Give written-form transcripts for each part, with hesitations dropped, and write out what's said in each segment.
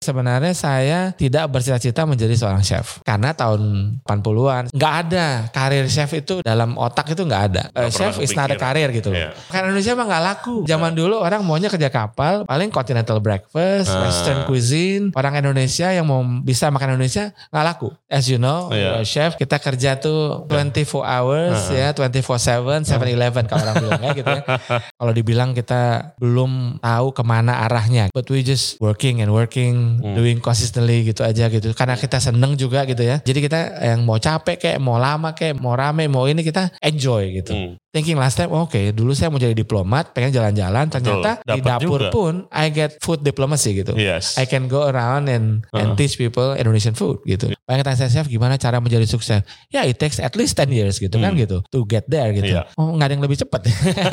Sebenarnya saya tidak bercita-cita menjadi seorang chef. Karena tahun 80-an nggak ada karir chef itu dalam otak itu nggak ada. Chef is not a career gitu. Yeah. Karena Indonesia mah nggak laku. Zaman dulu orang maunya kerja kapal, paling continental breakfast, western cuisine. Orang Indonesia yang mau bisa makan Indonesia nggak laku. As you know, chef kita kerja tuh 24 hours ya, 24/7, 7-Eleven kalau orang bilangnya gitu ya. Kalau dibilang kita belum tahu kemana arahnya, but we just working, doing consistently gitu aja gitu. Karena kita seneng juga gitu ya. Jadi kita yang mau capek kayak, mau lama kayak, mau rame, mau ini kita enjoy gitu. Thinking last time, oke, dulu saya mau jadi diplomat, pengen jalan-jalan. Ternyata di dapur juga pun I get food diplomacy gitu. Yes. I can go around and teach people Indonesian food gitu. Pengen tanya saya, chef gimana cara menjadi sukses? Ya it takes at least 10 years gitu kan gitu. To get there gitu. Yeah. Oh gak ada yang lebih cepat.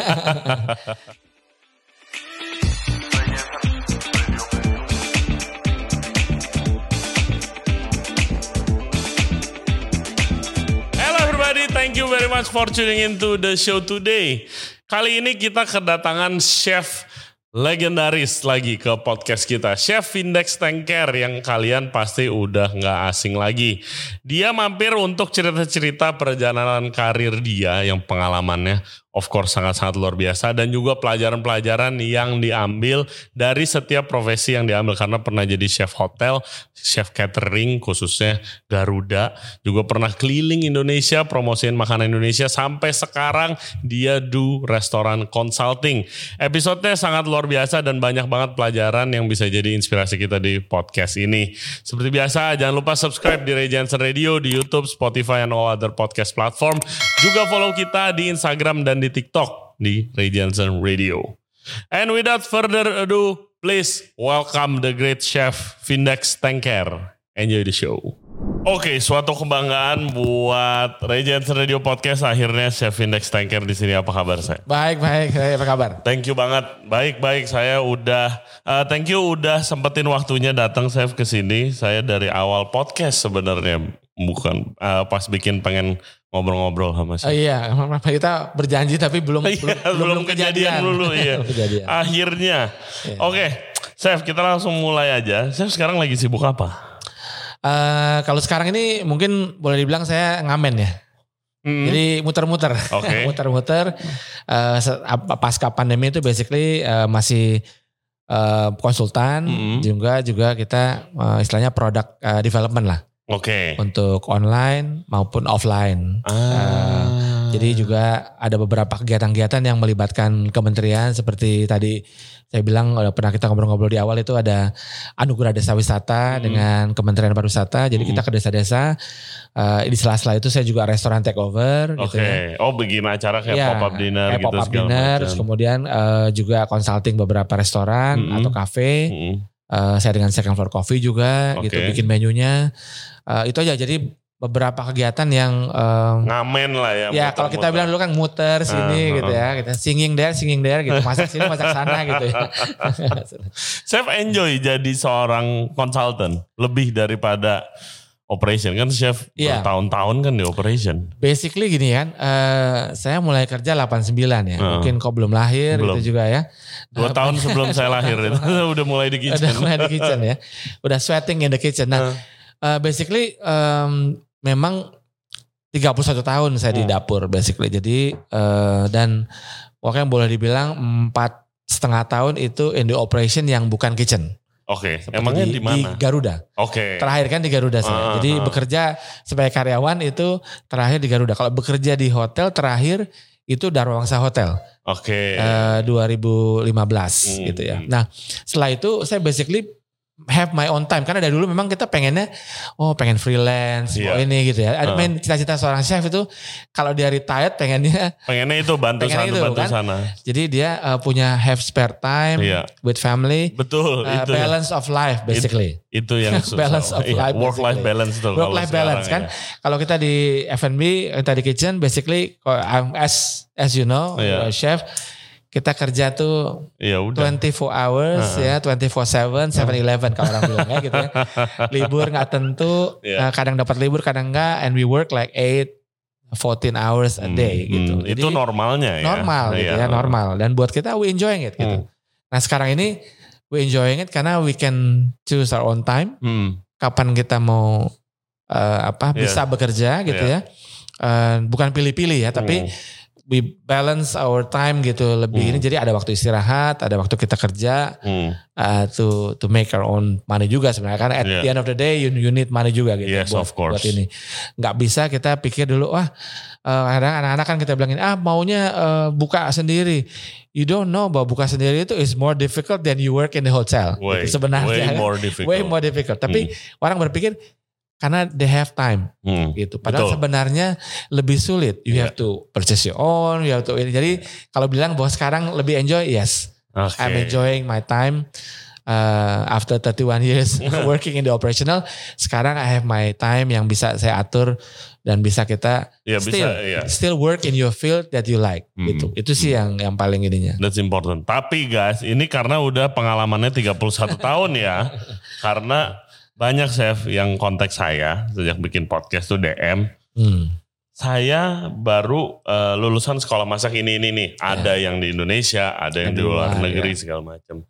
Thank you very much for tuning into the show today. Kali ini kita kedatangan chef legendaris lagi ke podcast kita. Chef Vindex Tengker yang kalian pasti udah gak asing lagi. Dia mampir untuk cerita-cerita perjalanan karir dia yang pengalamannya of course sangat-sangat luar biasa. Dan juga pelajaran-pelajaran yang diambil dari setiap profesi yang diambil. Karena pernah jadi chef hotel, chef catering khususnya Garuda. Juga pernah keliling Indonesia, promosiin makanan Indonesia. Sampai sekarang dia do restoran consulting. Episodenya sangat luar biasa dan banyak banget pelajaran yang bisa jadi inspirasi kita di podcast ini. Seperti biasa jangan lupa subscribe di Ray Jensen Radio, di YouTube, Spotify, and all other podcast platform. Juga follow kita di Instagram dan di TikTok di Ray Jensen Radio. And without further ado, please welcome the great chef Vindex Tengker. Enjoy the show. Oke, suatu kebanggaan buat Ray Jensen Radio Podcast. Akhirnya Chef Vindex Tengker di sini. Apa kabar saya? Baik. Saya apa kabar? Thank you banget. Baik. Saya udah thank you udah sempetin waktunya datang Chef ke sini. Saya dari awal podcast sebenarnya bukan pas bikin pengen ngobrol-ngobrol sama saya. Iya, kita berjanji tapi belum kejadian dulu iya. Akhirnya. Iya. Oke, Chef, kita langsung mulai aja. Chef sekarang lagi sibuk apa? Kalau sekarang ini mungkin boleh dibilang saya ngamen ya. Jadi muter-muter. Okay. Muter-muter. Pasca pandemi itu basically masih konsultan. Juga kita istilahnya product development lah. Oke. Untuk online maupun offline. Jadi juga ada beberapa kegiatan-kegiatan yang melibatkan kementerian seperti tadi saya bilang pernah kita ngobrol-ngobrol di awal itu ada Anugerah Desa Wisata dengan Kementerian Pariwisata. Jadi kita ke desa-desa. Di sela-sela itu saya juga restoran takeover. Oke. Gitu ya. Oh bikin acara kayak pop-up dinner gitu. Pop-up dinner. Terus kemudian juga consulting beberapa restoran atau kafe. Saya dengan Second Floor Coffee juga gitu bikin menunya. Itu aja jadi beberapa kegiatan yang ngamen lah ya. Ya kalau kita bilang dulu kan muter sini gitu ya. Kita singing there gitu. Masak sini masak sana gitu ya. Chef enjoy jadi seorang konsultan lebih daripada operation kan chef bertahun-tahun kan di operation. Basically gini kan, saya mulai kerja 89 ya. Mungkin kau belum lahir gitu juga ya. 2 tahun sebelum saya lahir itu udah mulai di kitchen. Udah mulai di kitchen ya. Udah sweating in the kitchen. Nah basically memang 31 tahun saya di dapur basically. Jadi dan pokoknya boleh dibilang 4,5 tahun itu in the operation yang bukan kitchen. Oke, emangnya di mana? Di Garuda. Oke. Terakhir kan di Garuda saya. Jadi bekerja sebagai karyawan itu terakhir di Garuda. Kalau bekerja di hotel terakhir itu Darwangsa Hotel. Oke. 2015 gitu ya. Nah setelah itu saya basically have my own time. Karena dari dulu memang kita pengennya, pengen freelance, ini gitu ya. Ada main cita-cita seorang chef itu, kalau dia retired pengennya itu bantu sana. Jadi dia punya have spare time with family. Betul. Itu balance of life basically. Itu yang susah. Balance of life. Work-life balance tuh. Work-life balance kan. Kalau kita di F&B, kita di kitchen, basically as you know, chef, kita kerja tuh 24 hours 24/7, 7-Eleven kalau orang bilangnya gitu ya. Libur gak tentu, kadang dapat libur, kadang enggak, and we work like 14 hours a day gitu. Jadi, itu normalnya ya? Normal gitu ya, normal. Dan buat kita we enjoying it gitu. Nah sekarang ini we enjoying it karena we can choose our own time. Kapan kita mau bisa bekerja gitu ya. Bukan pilih-pilih ya, tapi we balance our time gitu lebih ini. Jadi ada waktu istirahat, ada waktu kita kerja to make our own money juga sebenarnya. Kan at the end of the day you need money juga gitu. Yes, of course. Buat ini. Nggak bisa kita pikir dulu, kadang anak-anak kan kita bilangin, maunya buka sendiri. You don't know bahwa buka sendiri itu is more difficult than you work in the hotel. Gitu, sebenarnya. Way more difficult. Tapi orang berpikir, karena they have time gitu. Padahal sebenarnya lebih sulit. You have to purchase your own. You have to. Jadi kalau bilang bahwa sekarang lebih enjoy, yes. Okay. I'm enjoying my time after 31 years working in the operational. Sekarang I have my time yang bisa saya atur dan bisa kita still work in your field that you like. Gitu. Itu sih yang paling ininya. That's important. Tapi guys, ini karena udah pengalamannya 31 tahun ya. Karena banyak chef yang kontak saya sejak bikin podcast tuh DM. Saya baru lulusan sekolah masak ini nih. Ada yang di Indonesia, ada yang di luar negeri segala macam.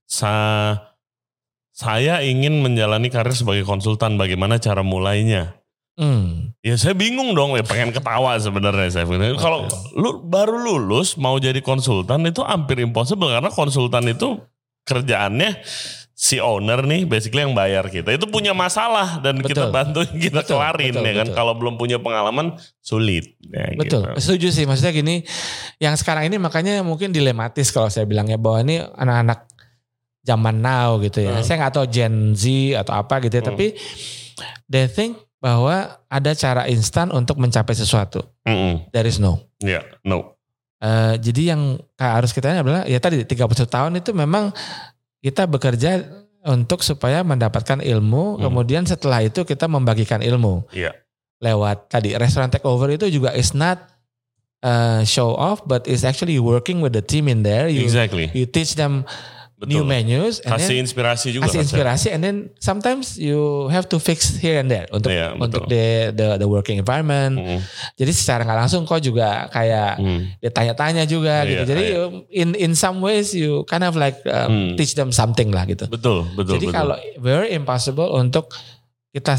Saya ingin menjalani karir sebagai konsultan. Bagaimana cara mulainya? Ya saya bingung dong. Pengen ketawa sebenarnya saya. Kalau baru lulus mau jadi konsultan itu hampir impossible karena konsultan itu kerjaannya si owner nih basically yang bayar kita itu punya masalah dan kita bantuin kita kelarin ya kan. Kalau belum punya pengalaman sulit ya, betul gitu. Setuju sih, maksudnya gini, yang sekarang ini makanya mungkin dilematis kalau saya bilangnya bahwa ini anak-anak zaman now gitu ya. Saya gak tahu Gen Z atau apa gitu ya, tapi they think bahwa ada cara instan untuk mencapai sesuatu. There is no. Jadi yang harus kita adalah ya tadi 31 tahun itu memang kita bekerja untuk supaya mendapatkan ilmu, kemudian setelah itu kita membagikan ilmu. Lewat tadi restaurant takeover itu juga is not show off, but is actually working with the team in there. You teach them new menus, and kasih inspirasi juga. Kasih inspirasi, and then sometimes you have to fix here and there untuk the working environment. Jadi secara nggak langsung kok juga kayak ditanya-tanya juga gitu. Jadi in some ways you kind of like teach them something lah gitu. Betul. Jadi kalau very impossible untuk kita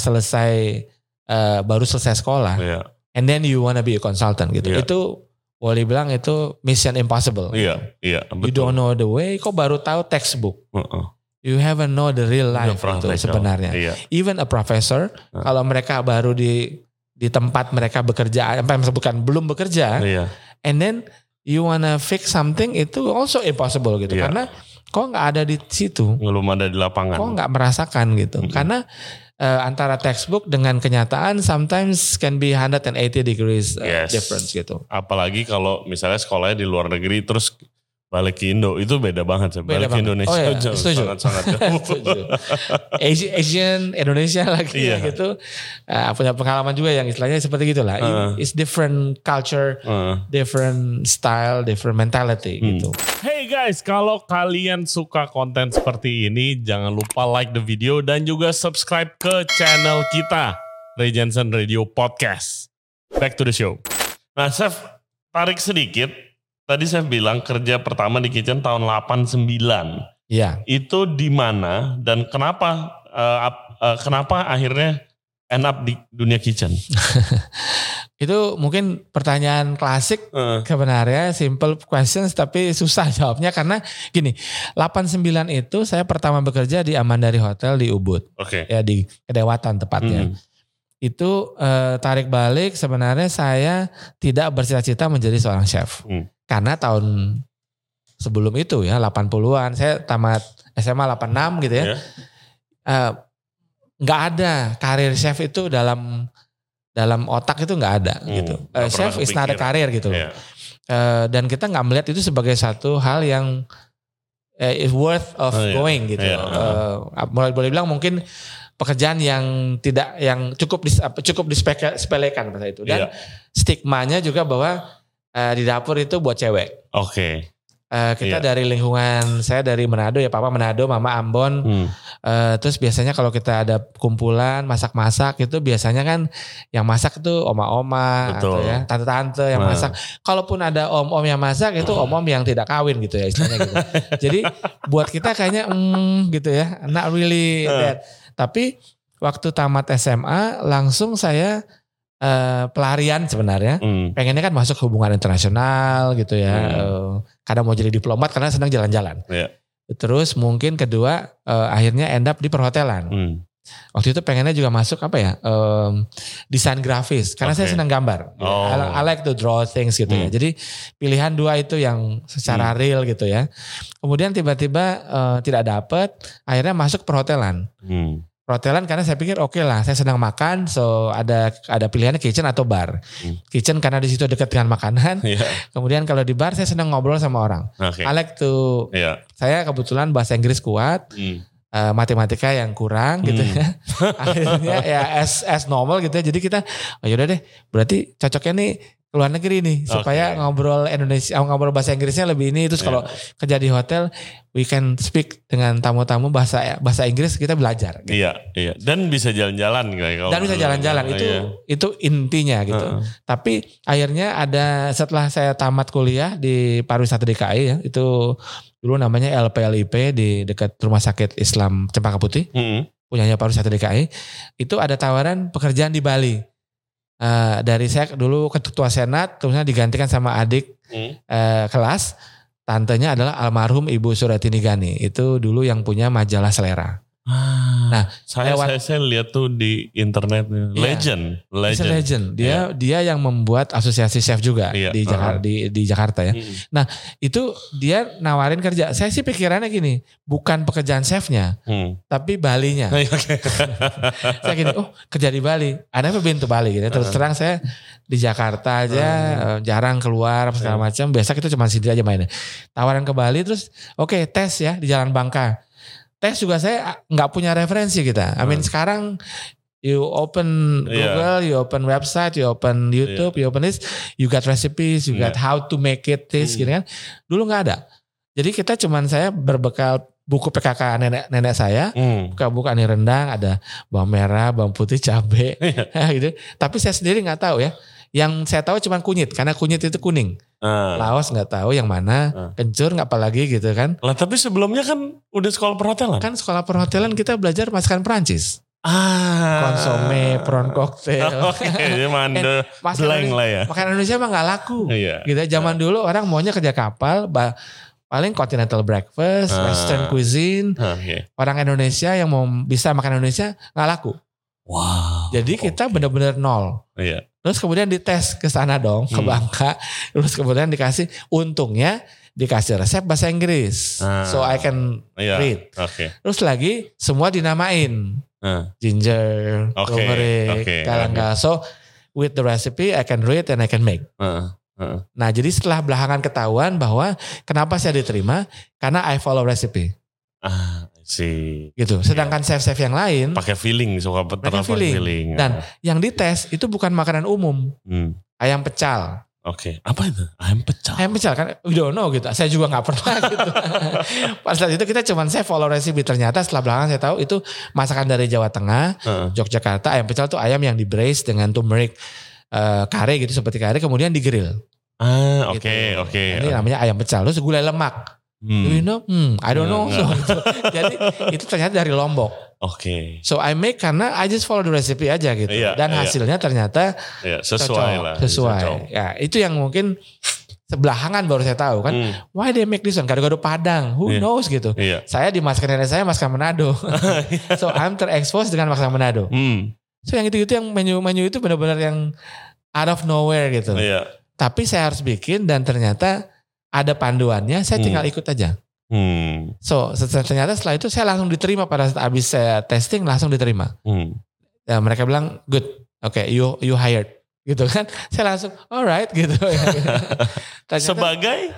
baru selesai sekolah, and then you wanna be a consultant gitu. Itu boleh bilang itu mission impossible. Iya, betul. You don't know the way, kok baru tahu textbook. You haven't know the real life itu sebenarnya. Even a professor, kalau mereka baru di tempat mereka bekerja, belum bekerja, and then you wanna fix something, itu also impossible gitu. Karena kok nggak ada di situ. Belum ada di lapangan. Kok nggak merasakan gitu. Karena antara textbook dengan kenyataan sometimes can be 180 degrees difference gitu. Apalagi kalau misalnya sekolahnya di luar negeri terus balik ke Indo, itu beda banget. Balik ke Indonesia sangat-sangat jauh. Asian, Indonesia lagi gitu. Punya pengalaman juga yang istilahnya seperti gitulah. It's different culture, different style, different mentality gitu. Hey guys, kalau kalian suka konten seperti ini, jangan lupa like the video dan juga subscribe ke channel kita, Ray Jensen Radio Podcast. Back to the show. Nah, Chef, tarik sedikit. Tadi saya bilang kerja pertama di kitchen tahun 89. Iya. Itu di mana dan kenapa akhirnya end up di dunia kitchen? Itu mungkin pertanyaan klasik sebenarnya, simple questions tapi susah jawabnya karena gini, 89 itu saya pertama bekerja di Amandari Hotel di Ubud. Ya di Kedewatan tepatnya. Itu tarik balik sebenarnya saya tidak bercita-cita menjadi seorang chef. Karena tahun sebelum itu ya 80-an saya tamat SMA 86 gitu ya. Nggak ada karir chef itu dalam otak itu nggak ada gitu. Chef is not a career gitu loh. Dan kita nggak melihat itu sebagai satu hal yang is worth of going gitu. Boleh bilang mungkin pekerjaan yang cukup disepelekan pada itu. Dan stigmanya juga bahwa di dapur itu buat cewek. Kita dari lingkungan, saya dari Manado ya, papa Manado, mama Ambon. Terus biasanya kalau kita ada kumpulan masak-masak itu biasanya kan yang masak itu oma-oma atau ya tante-tante yang masak. Kalaupun ada om-om yang masak itu om-om yang tidak kawin gitu ya istilahnya gitu. Jadi buat kita kayaknya gitu ya, not really that. Tapi waktu tamat SMA langsung saya pelarian sebenarnya. Pengennya kan masuk hubungan internasional gitu ya. Kadang mau jadi diplomat karena senang jalan-jalan. Terus mungkin kedua akhirnya end up di perhotelan. Waktu itu pengennya juga masuk desain grafis karena saya senang gambar. I like to draw things gitu ya. Jadi pilihan dua itu yang secara real gitu ya. Kemudian tiba-tiba tidak dapet, akhirnya masuk perhotelan. Perhotelan karena saya pikir oke lah, saya senang makan, so ada pilihannya kitchen atau bar. Kitchen karena di situ dekat dengan makanan. Kemudian kalau di bar saya senang ngobrol sama orang. I like to, saya kebetulan bahasa Inggris kuat, matematika yang kurang gitu ya. Akhirnya ya as normal gitu ya. Jadi kita, yaudah deh, berarti cocoknya nih luar negeri nih supaya ngobrol Indonesia, ngobrol bahasa Inggrisnya lebih ini. Terus kalau kerja di hotel, we can speak dengan tamu-tamu bahasa Inggris, kita belajar. Gitu. Iya. Dan bisa jalan-jalan Dan bisa jalan-jalan itu intinya gitu. Tapi akhirnya setelah saya tamat kuliah di pariwisata DKI ya, itu dulu namanya LPLIP di dekat Rumah Sakit Islam Cempaka Putih, punyanya pariwisata DKI. Itu ada tawaran pekerjaan di Bali. Dari saya dulu ketua senat, kemudian digantikan sama adik kelas, tantenya adalah almarhum Ibu Suratini Gani, itu dulu yang punya majalah Selera. Nah, saya lihat tuh di internet, legend. Dia yang membuat asosiasi chef juga di Jakarta ya. Nah, itu dia nawarin kerja. Saya sih pikirannya gini, bukan pekerjaan chefnya, tapi Balinya. Saya gini, kerja di Bali. Ada apa been to Bali gitu. Terus terang saya di Jakarta aja, jarang keluar segala macam. Biasa kita cuma sendiri aja mainnya. Tawaran ke Bali terus tes ya di Jalan Bangka. Tes juga saya nggak punya referensi kita. I mean sekarang you open Google, you open website, you open YouTube, you open this, you got recipes, you got how to make it this gitu kan. Dulu nggak ada. Jadi kita saya berbekal buku PKK nenek saya, buka nih rendang, ada bawang merah, bawang putih, cabai, gitu. Tapi saya sendiri nggak tahu ya. Yang saya tahu cuma kunyit, karena kunyit itu kuning. Laos nggak tahu yang mana, kencur nggak apalagi gitu kan. Lah tapi sebelumnya kan udah sekolah perhotelan. Kan sekolah perhotelan kita belajar masakan Perancis. Konsome, prawn cocktail. Blank lah ya. Makanan Indonesia mah nggak laku. Gitu. Zaman dulu orang maunya kerja kapal, paling continental breakfast, western cuisine. Orang Indonesia yang mau bisa makan Indonesia nggak laku. Wow. Jadi kita benar-benar nol. Terus kemudian dites ke sana dong, ke Bangka. Terus kemudian untungnya dikasih resep bahasa Inggris. So I can read. Terus lagi semua dinamain. Ginger, turmeric, galang-galang. So with the recipe I can read and I can make. Nah jadi setelah belakangan ketahuan bahwa kenapa saya diterima, karena I follow recipe. Gitu. Sedangkan chef-chef yang lain pakai feeling, suka feeling. Dan yang dites itu bukan makanan umum. Ayam pecal. Apa itu? Ayam pecal. Ayam pecal kan we don't know gitu. Saya juga gak pernah gitu. Pas saat itu kita saya follow recipe. Ternyata setelah belakangan saya tahu itu masakan dari Jawa Tengah, Yogyakarta. Ayam pecal tuh ayam yang di braise dengan turmeric kare gitu, seperti kare, kemudian di grill. Ini namanya ayam pecal. Terus gulai lemak. Do you know? I don't know. Jadi itu ternyata dari Lombok. So I make karena I just follow the recipe aja gitu. Dan hasilnya ternyata sesuai. Ya, itu yang mungkin sebelakangan baru saya tahu kan. Why they make this one? Gado-gado Padang. Who knows gitu. Saya di masakan nenek saya masakan Manado. So I'm terexpose dengan masakan Manado. So yang itu yang menu itu benar-benar yang out of nowhere gitu. Tapi saya harus bikin dan ternyata ada panduannya, saya tinggal ikut aja. So ternyata setelah itu saya langsung diterima pada saat habis saya testing langsung diterima. Ya, mereka bilang good, you hired, gitu kan? Saya langsung alright gitu. Sebagai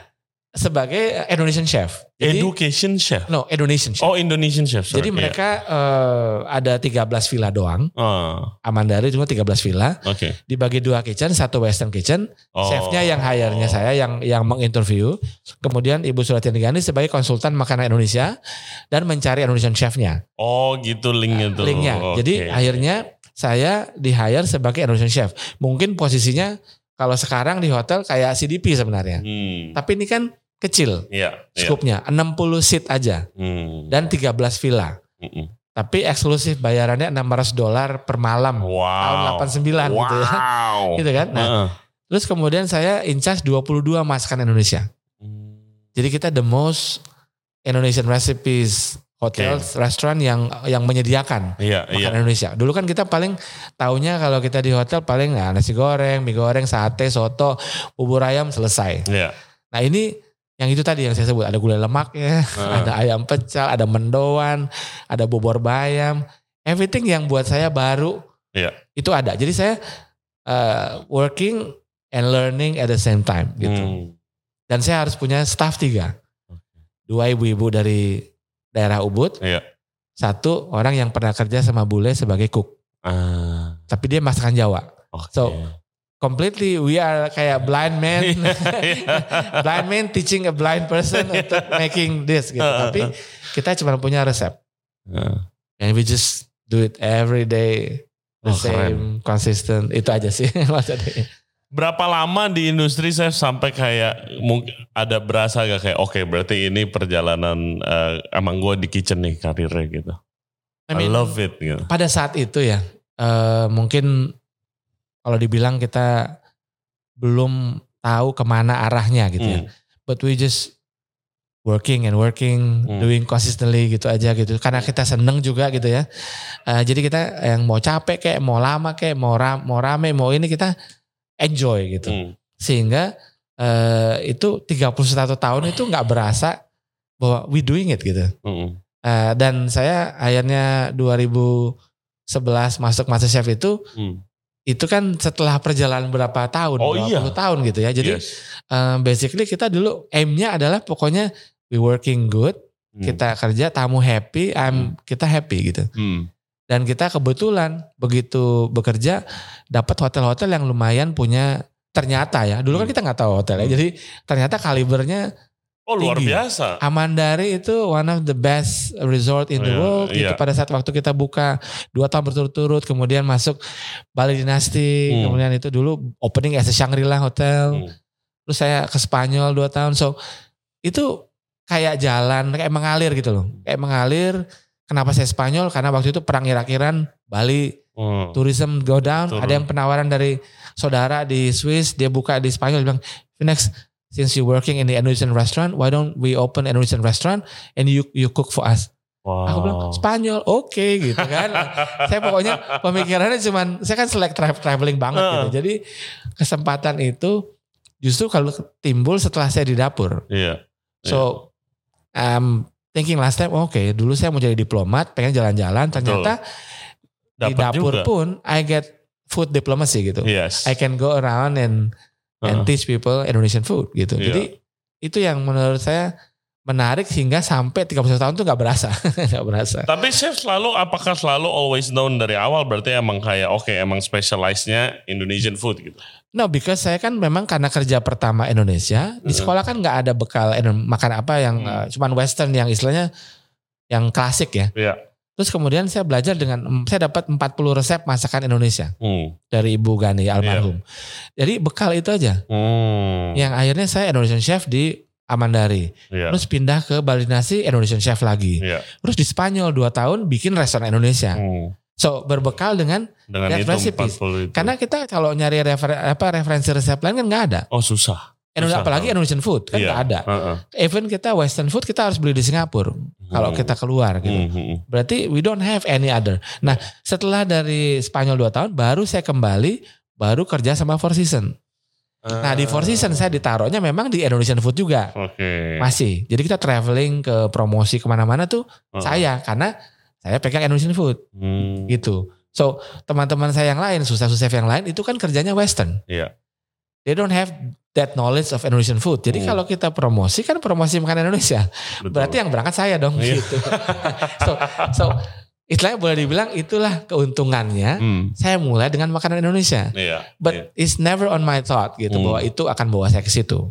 sebagai Indonesian chef. Jadi, Education chef? No, Indonesian chef. Oh, Indonesian chef. Sorry. Jadi mereka ada 13 villa doang. Amandari cuma 13 villa. Oke. Dibagi 2 kitchen, 1 western kitchen. Chefnya yang hire-nya saya yang menginterview. Kemudian Ibu Suratiani Gani sebagai konsultan makanan Indonesia dan mencari Indonesian chefnya. Oh gitu linknya tuh. Linknya. Jadi akhirnya saya di-hire sebagai Indonesian chef. Mungkin posisinya kalau sekarang di hotel kayak CDP sebenarnya. Tapi ini kan kecil skupnya, 60 seat aja dan 13 villa. Tapi eksklusif bayarannya $600 per malam tahun 89 gitu ya. Gitu kan. Nah, terus kemudian saya in charge 22 masakan Indonesia. Jadi kita the most Indonesian recipes hotel, restoran yang menyediakan makanan Indonesia. Dulu kan kita paling taunya kalau kita di hotel paling nasi goreng, mie goreng, sate, soto, bubur ayam selesai. Nah ini yang itu tadi yang saya sebut, ada gulai lemak ya, ada ayam pecel, ada mendoan, ada bubur bayam, everything yang buat saya baru itu ada. Jadi saya working and learning at the same time gitu. Dan saya harus punya staff 3, 2 ibu-ibu dari daerah Ubud, 1 orang yang pernah kerja sama bule sebagai cook, tapi dia masakan Jawa. So completely we are kayak blind man, blind man teaching a blind person untuk making this gitu. Tapi kita cuma punya resep, and we just do it every day the same, consistent. Itu aja sih maksudnya. Berapa lama di industri saya sampai kayak mungkin ada berasa gak kayak oke, berarti ini perjalanan emang gue di kitchen nih karirnya gitu. I love it gitu. Pada saat itu ya mungkin kalau dibilang kita belum tahu kemana arahnya gitu ya. But we just working, doing consistently gitu aja gitu. Karena kita seneng juga gitu ya. Jadi kita yang mau capek kayak, mau lama kayak, mau rame, mau ini kita enjoy gitu. Sehingga itu 31 tahun itu gak berasa bahwa we doing it gitu. Dan saya akhirnya 2011 masuk MasterChef itu kan setelah perjalanan berapa tahun, 20 tahun gitu ya. Jadi basically kita dulu aimnya adalah pokoknya we working good, kita kerja, tamu happy, kita happy gitu. Dan kita kebetulan begitu bekerja dapat hotel-hotel yang lumayan punya, ternyata ya, dulu kan kita nggak tahu hotel ya, jadi ternyata kalibernya luar tinggi. biasa. Amandari itu one of the best resort in the world. Itu pada saat waktu kita buka 2 tahun berturut-turut, kemudian masuk Bali Dynasty, kemudian itu dulu opening as a Shangri-La Hotel. Terus saya ke Spanyol 2 tahun. So itu kayak jalan, kayak mengalir gitu loh. Kayak mengalir. Kenapa saya Spanyol? Karena waktu itu perang Irak-Iran, Bali, tourism go down. Ada yang penawaran dari saudara di Swiss, dia buka di Spanyol, dia bilang, Finex, since you working in the Indonesian restaurant, why don't we open an Indonesian restaurant and you cook for us? Aku bilang Spanyol, oke gitu kan. Saya pokoknya pemikirannya cuman, saya kan select traveling banget gitu. Jadi kesempatan itu justru kalau timbul setelah saya di dapur. So thinking last time, dulu saya mau jadi diplomat, pengen jalan-jalan, ternyata di dapur juga. Pun I get food diplomacy gitu. I can go around and teach people Indonesian food gitu. Jadi itu yang menurut saya menarik sehingga sampai 31 tahun tuh gak berasa. Gak berasa. Tapi chef apakah selalu always known dari awal, berarti emang kayak emang specialize-nya Indonesian food gitu? No, because saya kan memang karena kerja pertama Indonesia, di sekolah kan gak ada bekal makan apa yang cuman western yang istilahnya yang klasik ya. Terus kemudian saya belajar saya dapat 40 resep masakan Indonesia dari Ibu Gani almarhum. Jadi bekal itu aja. Yang akhirnya saya Indonesian chef di Amandari. Terus pindah ke Bali Dynasty, Indonesian chef lagi. Terus di Spanyol 2 tahun bikin restoran Indonesia. So berbekal dengan recipes. Karena kita kalau nyari referensi resep lain kan nggak ada. Susah. Apalagi Indonesian food kan nggak ada. Even kita Western food kita harus beli di Singapura kalau kita keluar gitu. Berarti we don't have any other. Nah setelah dari Spanyol 2 tahun baru saya kembali baru kerja sama Four Seasons. Nah di Four Seasons saya ditaruhnya memang di Indonesian food juga. Masih. Jadi kita traveling ke promosi kemana-mana tuh saya karena saya pegang Indonesian food gitu. So teman-teman saya yang lain, susah-susah yang lain itu kan kerjanya Western. they don't have that knowledge of Indonesian food. Jadi kalau kita promosi kan promosi makanan Indonesia. Betul. Berarti yang berangkat saya dong gitu. So istilahnya boleh dibilang itulah keuntungannya. Saya mulai dengan makanan Indonesia. But it's never on my thought gitu bahwa itu akan bawa saya ke situ.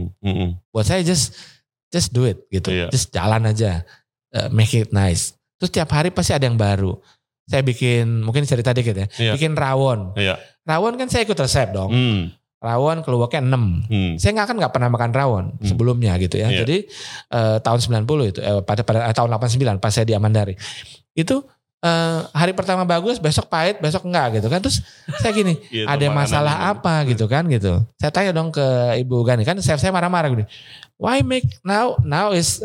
Buat saya just do it gitu. Just jalan aja. Make it nice. Terus tiap hari pasti ada yang baru. Saya bikin, mungkin cerita dikit ya. Bikin rawon. Rawon kan saya ikut resep dong. Rawon keluaknya 6. Saya nggak pernah makan rawon sebelumnya gitu ya. Jadi tahun 90 itu pada tahun 89 pas saya di Amandari. Itu hari pertama bagus, besok pahit, besok enggak gitu kan. Terus saya gini, ada masalah apa gitu kan gitu. Saya tanya dong ke Ibu Gani kan, chef saya marah-marah gini. Why make now is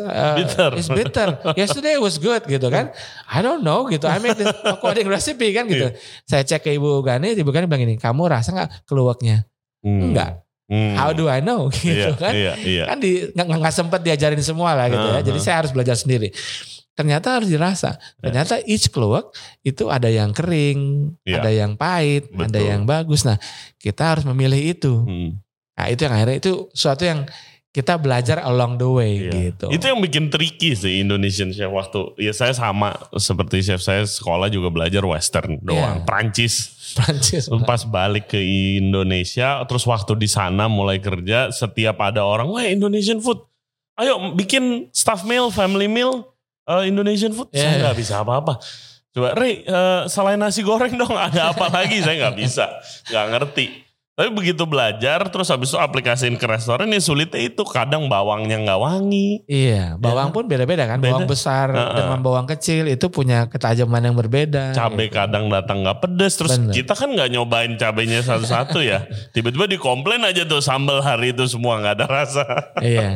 bitter. Yesterday was good gitu kan. I don't know gitu. I make the according recipe kan gitu. Saya cek ke Ibu Gani bilang gini, kamu rasa nggak keluaknya? Enggak. How do I know gitu kan? Kan nggak sempat diajarin semua lah gitu ya. Jadi saya harus belajar sendiri. Ternyata harus dirasa. Ternyata each keluak itu ada yang kering, ada yang pahit, ada yang bagus. Nah kita harus memilih itu. Nah itu yang akhirnya itu suatu yang kita belajar along the way gitu. Itu yang bikin tricky sih Indonesian chef waktu. Ya saya sama seperti chef saya sekolah juga belajar Western doang. Prancis. Pas balik ke Indonesia, terus waktu di sana mulai kerja, setiap ada orang, wah Indonesian food. Ayo bikin staff meal, family meal, Indonesian food. Saya gak bisa apa-apa. Coba Ray, selain nasi goreng dong, ada apa lagi? Saya gak bisa, gak ngerti. Tapi begitu belajar, terus habis itu aplikasiin ke restoran, ya sulitnya itu. Kadang bawangnya gak wangi. Iya, bawang pun beda-beda kan. Beda. Bawang besar dengan bawang kecil itu punya ketajaman yang berbeda. Cabai kadang datang gak pedes. Terus kita kan gak nyobain cabainya satu-satu ya. Tiba-tiba dikomplain aja tuh sambal hari itu semua gak ada rasa. Iya.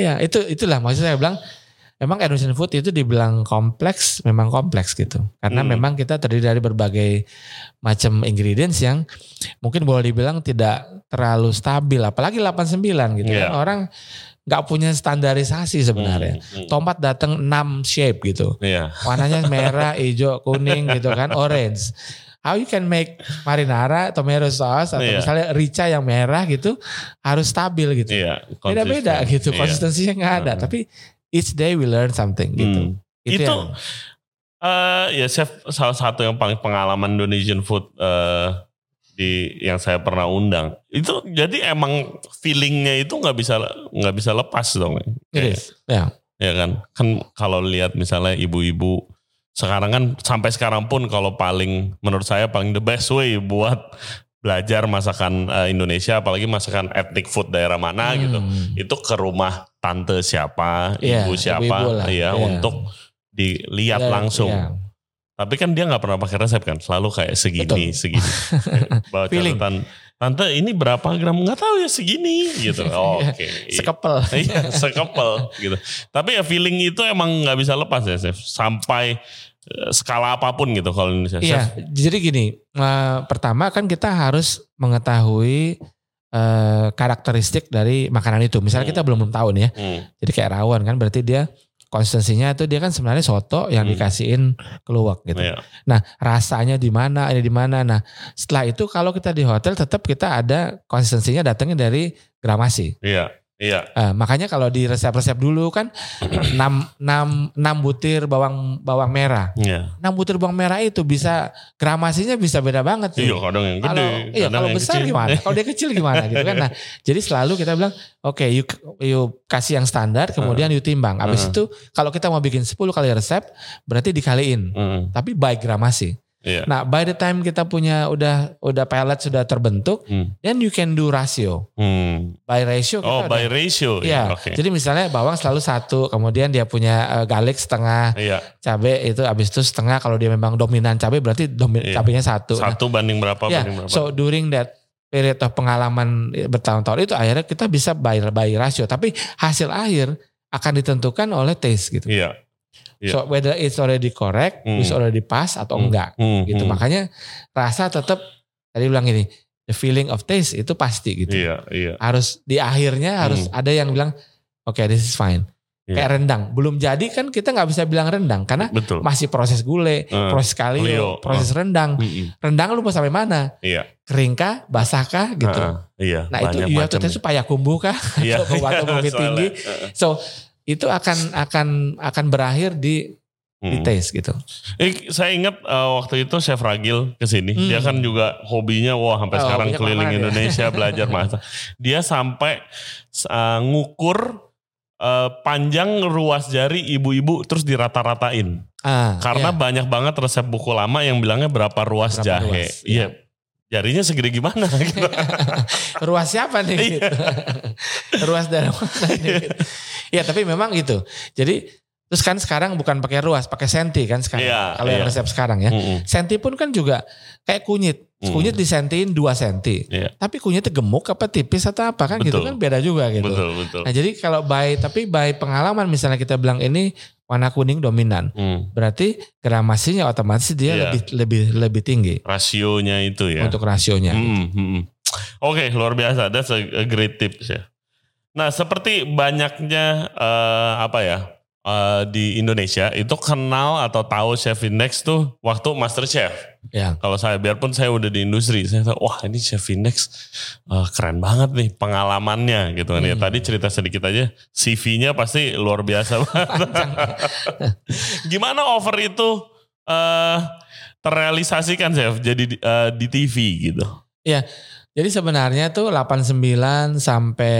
Itulah maksud saya bilang. Memang Indonesian food itu dibilang kompleks, memang kompleks gitu. Karena memang kita terdiri dari berbagai macam ingredients yang mungkin boleh dibilang tidak terlalu stabil. Apalagi 89 gitu kan. Orang gak punya standarisasi sebenarnya. Tomat datang 6 shape gitu. Warnanya merah, hijau, kuning gitu kan, orange. How you can make marinara, tomato sauce atau misalnya rica yang merah gitu harus stabil gitu. Beda-beda gitu, konsistensinya gak ada. Tapi each day we learn something gitu. Itu ya chef salah satu yang paling pengalaman Indonesian food yang saya pernah undang. Itu jadi emang feelingnya itu nggak bisa lepas dong. Ya kan kalau lihat misalnya ibu-ibu sekarang kan sampai sekarang pun kalau menurut saya paling the best way buat belajar masakan Indonesia, apalagi masakan ethnic food daerah mana gitu, itu ke rumah tante siapa, ibu siapa, untuk dilihat langsung. Tapi kan dia nggak pernah pakai resep kan, selalu kayak segini. Bawa catatan, tante ini berapa gram, nggak tahu ya segini gitu. Oke. Sekepel. Sekepel gitu. Tapi ya feeling itu emang nggak bisa lepas ya, chef. Sampai skala apapun gitu kalau Indonesia. Iya, jadi gini, pertama kan kita harus mengetahui karakteristik dari makanan itu. Misalnya kita belum tahu nih ya. Jadi kayak rawon kan berarti dia konsistensinya itu dia kan sebenarnya soto yang dikasihin keluak gitu. Nah, rasanya di mana, ini di mana. Nah, setelah itu kalau kita di hotel tetap kita ada konsistensinya datangnya dari gramasi. Makanya kalau di resep-resep dulu kan 6 butir bawang merah. 6 butir bawang merah itu bisa gramasinya bisa beda banget. Iya, kadang yang gede. Kalau besar kecil. Gimana? Kalau dia kecil gimana gitu kan. Nah, jadi selalu kita bilang oke, you kasih yang standar kemudian you timbang. Habis itu kalau kita mau bikin 10 kali resep berarti dikaliin. Tapi by gramasi. Nah, by the time kita punya udah palette sudah terbentuk, then you can do ratio. By ratio. By ratio. Iya. Jadi misalnya bawang selalu 1, kemudian dia punya garlic setengah, cabai itu habis itu setengah. Kalau dia memang dominan cabai berarti cabainya 1. 1 banding berapa? Banding berapa? So during that period of pengalaman bertahun-tahun itu akhirnya kita bisa by ratio. Tapi hasil akhir akan ditentukan oleh taste gitu. So whether it's already correct, it's already pas atau enggak gitu. Makanya rasa tetap tadi bilang ini, the feeling of taste itu pasti gitu. Harus di akhirnya harus ada yang bilang okay, this is fine. Kayak rendang, belum jadi kan kita nggak bisa bilang rendang karena masih proses gulai, proses kalio, proses rendang. Rendang lu mau sampai mana? Kering kah, basah kah gitu. Nah itu itu payakumbuh kah atau bukit tinggi. So itu akan berakhir di taste gitu. Saya ingat waktu itu Chef Ragil kesini, dia kan juga hobinya sampai sekarang keliling Indonesia belajar masak. Dia sampai ngukur panjang ruas jari ibu-ibu terus dirata-ratain. Karena banyak banget resep buku lama yang bilangnya berapa ruas jahe. Iya. Jarinya segede gimana gitu. Ruas siapa nih gitu. Ruas dari mana nih gitu. Ya tapi memang gitu. Jadi terus kan sekarang bukan pakai ruas, pakai senti kan sekarang. Kalau yang resep sekarang ya. Senti pun kan juga kayak kunyit. Kunyit disentiin 2 senti. Tapi kunyitnya gemuk apa tipis atau apa kan gitu kan beda juga gitu. Betul. Nah jadi kalau by pengalaman misalnya kita bilang ini warna kuning dominan. Berarti gramasinya otomatis dia lebih tinggi. Rasionya itu ya. Untuk rasionya. Oke, luar biasa. That's a great tips ya. Nah seperti banyaknya di Indonesia itu kenal atau tahu Chef Index tuh waktu Master Chef. Kalau saya biarpun saya udah di industri, saya tahu wah ini Chef Index keren banget nih pengalamannya gitu kan ya. Tadi cerita sedikit aja, CV-nya pasti luar biasa banget. Gimana offer itu terrealisasikan Chef jadi di TV gitu? Ya. Jadi sebenarnya tuh 89 sampai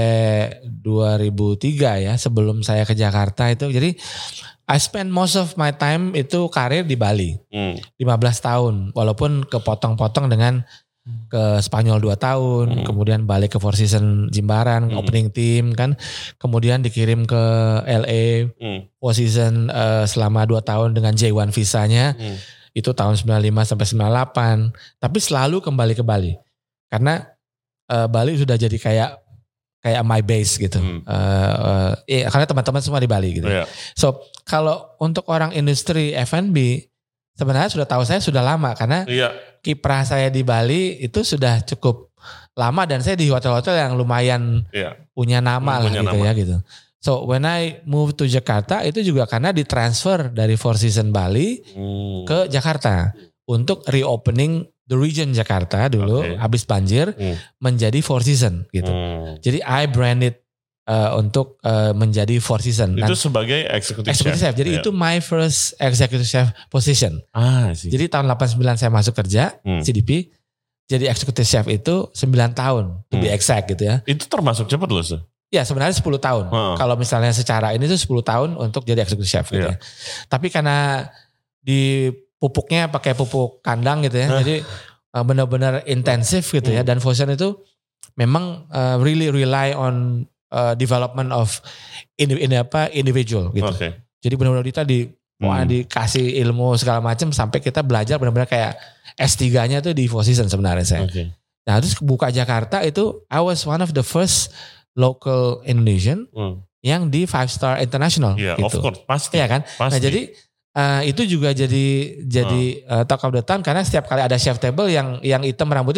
2003 ya sebelum saya ke Jakarta itu. Jadi I spend most of my time itu karir di Bali. 15 tahun walaupun kepotong-potong dengan ke Spanyol 2 tahun. Kemudian balik ke Four Seasons Jimbaran opening team kan. Kemudian dikirim ke LA Four Seasons selama 2 tahun dengan J1 visanya. Itu tahun 95 sampai 98. Tapi selalu kembali ke Bali. Karena Bali sudah jadi kayak my base gitu. Karena teman-teman semua di Bali gitu. So kalau untuk orang industri F&B sebenarnya sudah tahu saya sudah lama karena kiprah saya di Bali itu sudah cukup lama dan saya di hotel-hotel yang lumayan punya nama lah gitu ya gitu. So when I move to Jakarta itu juga karena ditransfer dari Four Seasons Bali ke Jakarta untuk reopening the region Jakarta dulu habis banjir menjadi Four Seasons gitu. Jadi I branded untuk menjadi Four Seasons. Itu sebagai executive chef. Jadi itu my first executive chef position. Jadi tahun 89 saya masuk kerja CDP. Jadi executive chef itu 9 tahun to be exact gitu ya. Itu termasuk cepat loh sih. Ya sebenarnya 10 tahun. Kalau misalnya secara ini tuh 10 tahun untuk jadi executive chef gitu ya. Tapi karena di pupuknya pakai pupuk kandang gitu ya. Jadi benar-benar intensif gitu ya. Dan Four Seasons itu memang really rely on development of individual gitu. Jadi benar-benar kita dikasih ilmu segala macam sampai kita belajar benar-benar kayak S3-nya tuh di Four Seasons sebenarnya saya. Nah terus buka Jakarta itu I was one of the first local Indonesian yang di 5-star international gitu. Of course, pasti. Iya kan? Pasti. Nah jadi itu juga jadi talk of the town karena setiap kali ada chef table yang hitam rambutnya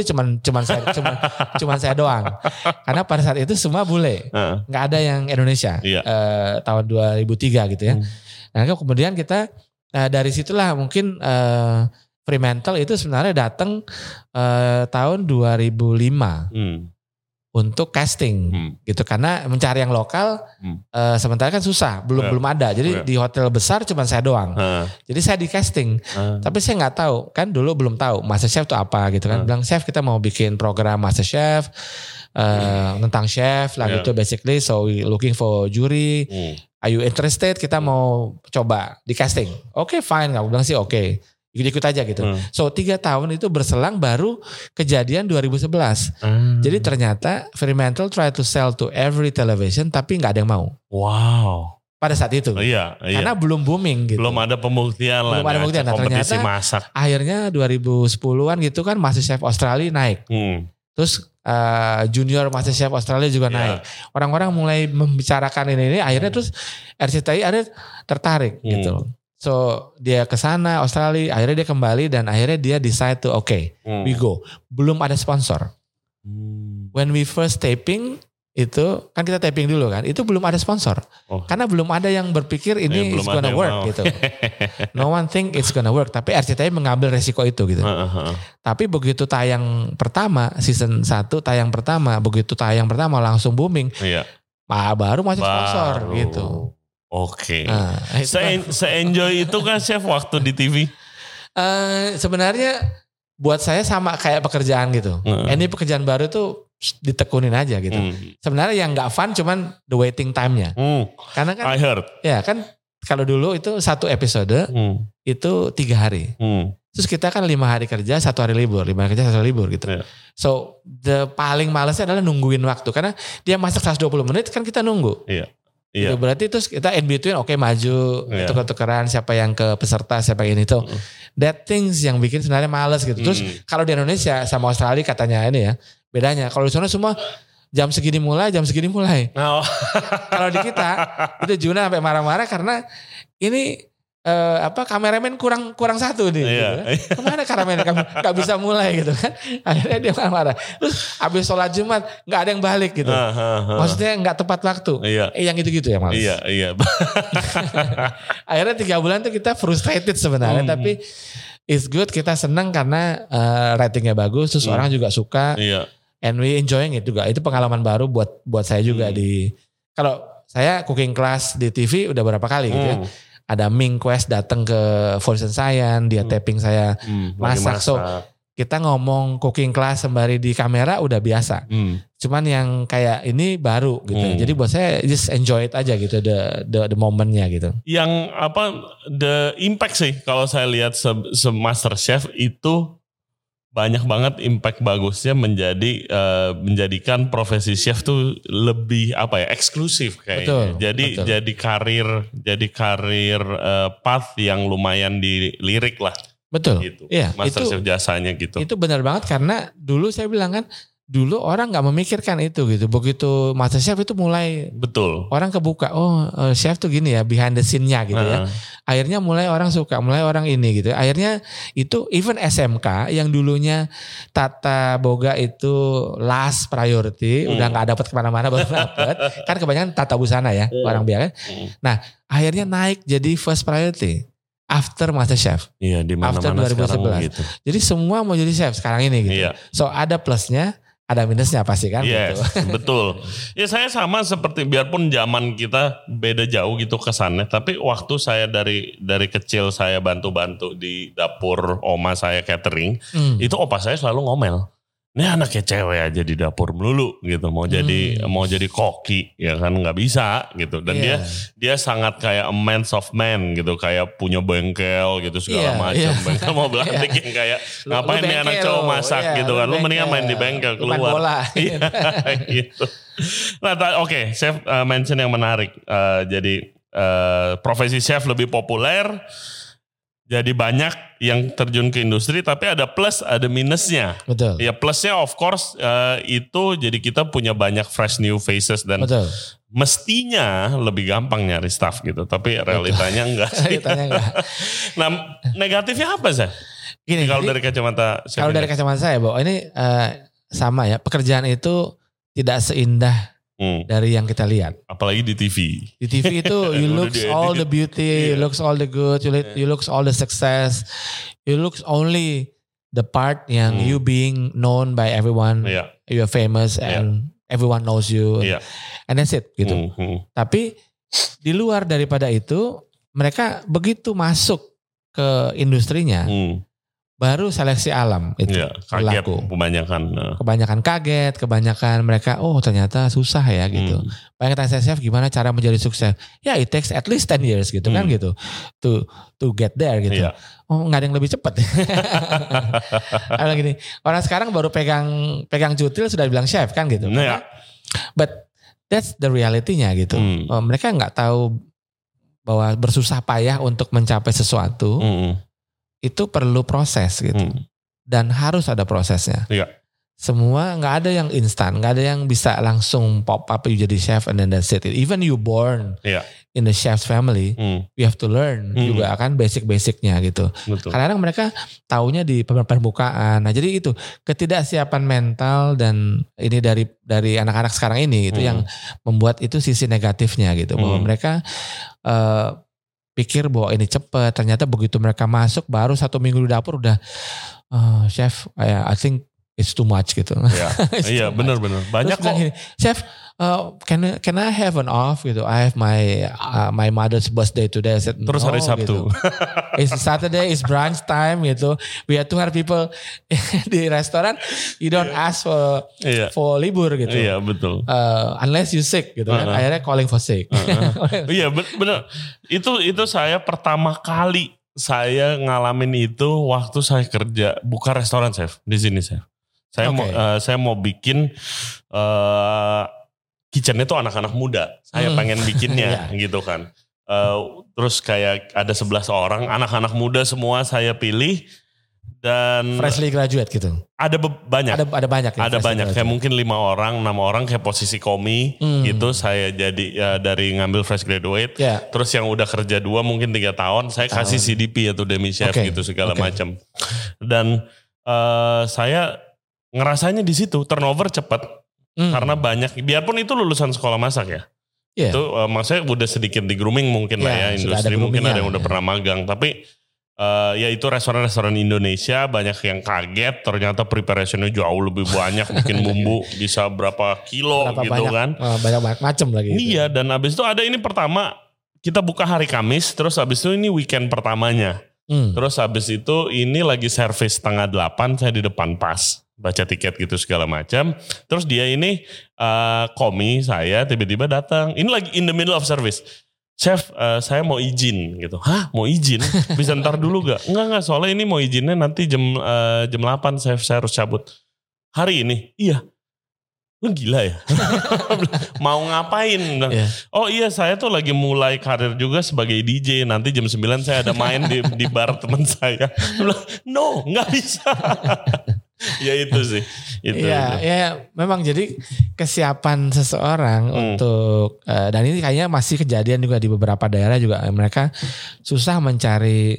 cuman saya doang. Karena pada saat itu semua bule. Nggak ada yang Indonesia. Tahun 2003 gitu ya. Nah kemudian kita dari situlah mungkin Fremantle itu sebenarnya datang tahun 2005. Untuk casting gitu karena mencari yang lokal sementara kan susah belum ada jadi di hotel besar cuma saya doang jadi saya di casting tapi saya nggak tahu kan dulu belum tahu MasterChef itu apa gitu kan bilang chef kita mau bikin program MasterChef tentang chef lah gitu basically so we looking for jury are you interested kita mau coba di casting oke, fine nggak bilang sih oke. Ikut aja gitu. So 3 tahun itu berselang baru kejadian 2011. Jadi ternyata Fremantle try to sell to every television tapi gak ada yang mau. Wow. Pada saat itu. Karena belum booming gitu. Belum ada pembuktian lah. Belum ada pembuktian. Nah, kompetisi ternyata masak. Akhirnya 2010-an gitu kan MasterChef Australia naik. Terus junior MasterChef Australia juga naik. Orang-orang mulai membicarakan ini akhirnya terus RCTI ada tertarik gitu. So dia ke sana Australia, akhirnya dia kembali dan akhirnya dia decide to we go. Belum ada sponsor. When we first taping itu kan kita taping dulu kan, itu belum ada sponsor. Karena belum ada yang berpikir ini it's gonna work gitu. No one think it's gonna work, tapi RCTI mengambil resiko itu gitu. Tapi begitu tayang pertama, season 1 tayang pertama, begitu tayang pertama langsung booming. Baru masuk sponsor gitu. Oke. Se-enjoy itu kan chef waktu di TV? Sebenarnya buat saya sama kayak pekerjaan gitu. Ini pekerjaan baru tuh ditekunin aja gitu. Sebenarnya yang nggak fun cuman the waiting time-nya. Karena kan, I heard. Ya kan kalau dulu itu 1 episode itu 3 hari. Terus kita kan 5 hari kerja, 1 hari libur, 5 hari kerja, 1 hari libur gitu. So the paling malesnya adalah nungguin waktu karena dia masak 120 menit kan kita nunggu. Gitu, berarti terus kita in between maju, tuker-tukeran siapa yang ke peserta, siapa yang itu. That things yang bikin sebenarnya males gitu. Terus kalau di Indonesia sama Australia katanya ini ya, bedanya. Kalau di sana semua jam segini mulai. Kalau di kita itu Juna sampai marah-marah karena ini kameramen kurang satu nih. Gitu. Kemana kameramen kamu gak bisa mulai gitu kan. Akhirnya dia marah. Terus habis sholat Jumat gak ada yang balik gitu. Maksudnya gak tepat waktu. Yang gitu-gitu ya males. Akhirnya 3 bulan tuh kita frustrated sebenarnya. Tapi it's good, kita senang karena ratingnya bagus. Terus orang juga suka. And we enjoying it juga. Itu pengalaman baru buat saya juga kalau saya cooking class di TV udah berapa kali gitu ya. Ada Ming Quest datang ke Voice and Science, dia taping saya masak. So kita ngomong cooking class sembari di kamera udah biasa. Cuman yang kayak ini baru gitu. Jadi buat saya just enjoy it aja gitu the momennya gitu. Yang the impact sih kalau saya lihat Master Chef itu banyak banget impact bagusnya menjadikan profesi chef tuh lebih eksklusif kayaknya. Betul. Jadi karir path yang lumayan dilirik lah. Betul. Gitu. Master Chef jasanya gitu. Itu benar banget karena dulu saya bilang kan, dulu orang nggak memikirkan itu gitu. Begitu Master Chef itu mulai orang kebuka, chef tuh gini ya, behind the scene-nya gitu ya. Akhirnya mulai orang suka, mulai orang ini gitu. Akhirnya itu even SMK yang dulunya tata boga itu last priority, udah nggak dapat kemana-mana baru dapat. Kan kebanyakan tata busana ya orang biasa. Nah akhirnya naik jadi first priority. After Master Chef. Di mana-mana sekarang gitu. Jadi semua mau jadi chef sekarang ini gitu. So ada plusnya, ada minusnya pasti kan. Yes, gitu. Betul. Ya saya sama seperti, biarpun zaman kita beda jauh gitu kesannya, tapi waktu saya dari kecil saya bantu-bantu di dapur oma saya catering, itu opa saya selalu ngomel. Ini anaknya cewek aja di dapur melulu gitu, mau jadi koki ya kan nggak bisa gitu. Dan dia sangat kayak a man of man gitu, kayak punya bengkel gitu segala macam. Bengkel mau belantik yang kayak ngapain nih anak cowok masak gitu kan, lu mendingan main di bengkel keluar. Gitu. Nah oke, chef mention yang menarik. Jadi profesi chef lebih populer. Jadi banyak yang terjun ke industri, tapi ada plus, ada minusnya. Betul. Ya plusnya of course itu jadi kita punya banyak fresh new faces dan mestinya lebih gampang nyari staff gitu. Tapi realitanya enggak sih. Nah negatifnya apa sih? Kalau dari kacamata saya. Kalau dari kacamata saya, bahwa ini sama ya, pekerjaan itu tidak seindah dari yang kita lihat. Apalagi di TV. Di TV itu you looks all the beauty, you looks all the good, you looks all the success, you looks only the part yang you being known by everyone, you are famous and everyone knows you, and that's it gitu. Tapi di luar daripada itu, mereka begitu masuk ke industrinya, baru seleksi alam itu berlaku. Kebanyakan kaget, kebanyakan mereka ternyata susah ya gitu. Banyak tanya chef gimana cara menjadi sukses. Ya it takes at least 10 years gitu kan gitu. To get there gitu. Gak ada yang lebih cepat. Gini, orang sekarang baru pegang cutil sudah bilang chef kan gitu. But that's the reality-nya gitu. Mereka gak tahu bahwa bersusah payah untuk mencapai sesuatu. Itu perlu proses gitu. Dan harus ada prosesnya. semua nggak ada yang instan, nggak ada yang bisa langsung pop up you jadi chef and then that's it. Even you born in the chef's family, you have to learn juga kan basic-basicnya gitu. Kadang-kadang mereka taunya di permukaan. Nah jadi itu ketidaksiapan mental dan ini dari anak-anak sekarang ini itu yang membuat itu sisi negatifnya gitu. Bahwa mereka pikir bahwa ini cepet, ternyata begitu mereka masuk baru 1 minggu di dapur udah chef, I think it's too much gitu. Iya benar. Banyak kok. Chef, can I have an off gitu? I have my mother's birthday today. I said, terus hari Sabtu. Gitu. It's Saturday, it's brunch time gitu. We have 200 people di restoran. You don't ask for libur gitu. Iya betul. Unless you sick gitu kan. Akhirnya calling for sick. Iya benar. Itu saya pertama kali saya ngalamin itu waktu saya kerja buka restoran chef di sini chef. Saya mau bikin kitchen itu anak-anak muda. Saya pengen bikinnya gitu kan. Terus kayak ada 11 orang anak-anak muda semua saya pilih dan freshly graduate gitu. Ada banyak. Ada banyak. Ada banyak. Kayak mungkin 5 orang, 6 orang kayak posisi komi gitu. Saya jadi dari ngambil fresh graduate. Terus yang udah kerja 2 mungkin 3 tahun, saya kasih CDP atau demi chef gitu segala macam. Dan saya ngerasanya di situ turnover cepat karena banyak. Biarpun itu lulusan sekolah masak ya. Itu maksudnya udah sedikit di grooming mungkin lah ya industri. Mungkin ada yang udah pernah magang. Tapi ya itu restoran-restoran Indonesia banyak yang kaget ternyata preparationnya jauh lebih banyak. Mungkin bumbu bisa berapa kilo gitu banyak, kan. Banyak macam lagi. Iya gitu. Dan abis itu ada ini pertama kita buka hari Kamis. Terus abis itu ini weekend pertamanya. Terus abis itu ini lagi service 7:30 saya di depan pas. Baca tiket gitu segala macam. Terus dia ini komi saya tiba-tiba datang. Ini lagi in the middle of service. Chef, saya mau izin gitu. Hah, mau izin? Bisa ntar dulu gak? Enggak, soalnya ini mau izinnya nanti jam 8 saya harus cabut. Hari ini? Iya. Lu gila ya? Mau ngapain? Oh iya, saya tuh lagi mulai karir juga sebagai DJ. Nanti jam 9 saya ada main di bar teman saya. No, gak bisa. Ya itu sih. Ya memang jadi kesiapan seseorang untuk dan ini kayaknya masih kejadian juga di beberapa daerah juga mereka susah mencari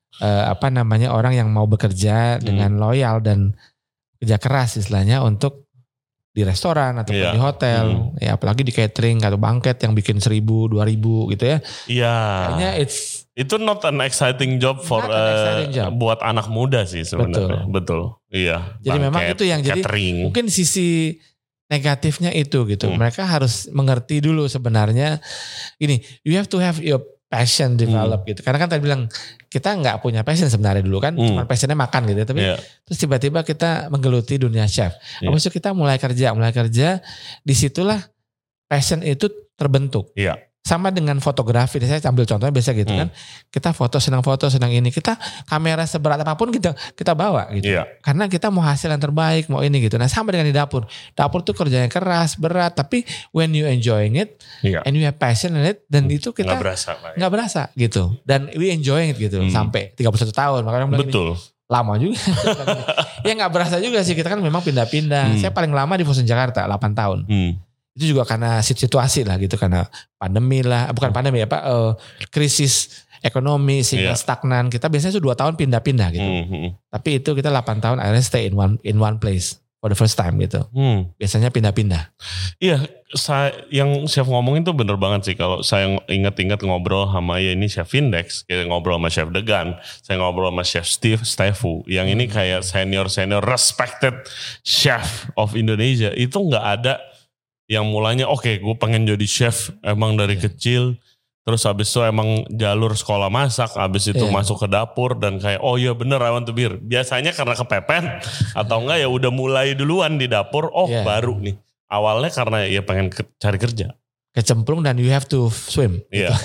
orang yang mau bekerja dengan loyal dan kerja keras istilahnya untuk di restoran ataupun di hotel, ya apalagi di catering atau banket yang bikin 1.000, 2.000 gitu ya. Iya. Kayaknya itu not an exciting job buat anak muda sih sebenarnya. Betul. Iya. Jadi memang itu yang catering. Jadi mungkin sisi negatifnya itu gitu. Mereka harus mengerti dulu sebenarnya ini, you have to have your passion develop gitu. Karena kan tadi bilang kita nggak punya passion sebenarnya dulu kan, cuma passionnya makan gitu. Tapi terus tiba-tiba kita menggeluti dunia chef. Maksudnya kita mulai kerja, disitulah passion itu terbentuk. Sama dengan fotografi, saya ambil contohnya biasa gitu kan, kita foto senang ini, kita kamera seberat apapun kita bawa gitu, karena kita mau hasil yang terbaik, mau ini gitu. Nah sama dengan di dapur tuh kerjanya keras, berat, tapi when you enjoying it, and you have passion in it, dan itu kita nggak berasa gitu, dan we enjoying it gitu sampai 31 tahun, makanya betul. Lama juga, ya nggak berasa juga sih, kita kan memang pindah-pindah. Saya paling lama di Fosun Jakarta 8 tahun. Itu juga karena situasi lah gitu, karena pandemi lah, bukan pandemi krisis ekonomi sehingga stagnan. Kita biasanya 2 tahun pindah-pindah gitu. Tapi itu kita 8 tahun akhirnya stay in one place for the first time gitu. Biasanya pindah-pindah. Iya, yang chef ngomongin tuh bener banget sih. Kalau saya ingat-ingat ngobrol sama ini chef Index, kita ngobrol sama chef Degan, saya ngobrol sama chef Stefu, yang ini kayak senior respected chef of Indonesia. Itu nggak ada yang mulanya gue pengen jadi chef emang dari kecil, terus habis itu emang jalur sekolah masak, habis itu masuk ke dapur dan kayak bener I want to be. Biasanya karena kepepet atau enggak ya udah mulai duluan di dapur, baru nih. Awalnya karena ya pengen cari kerja. Kecemplung dan you have to swim. Iya.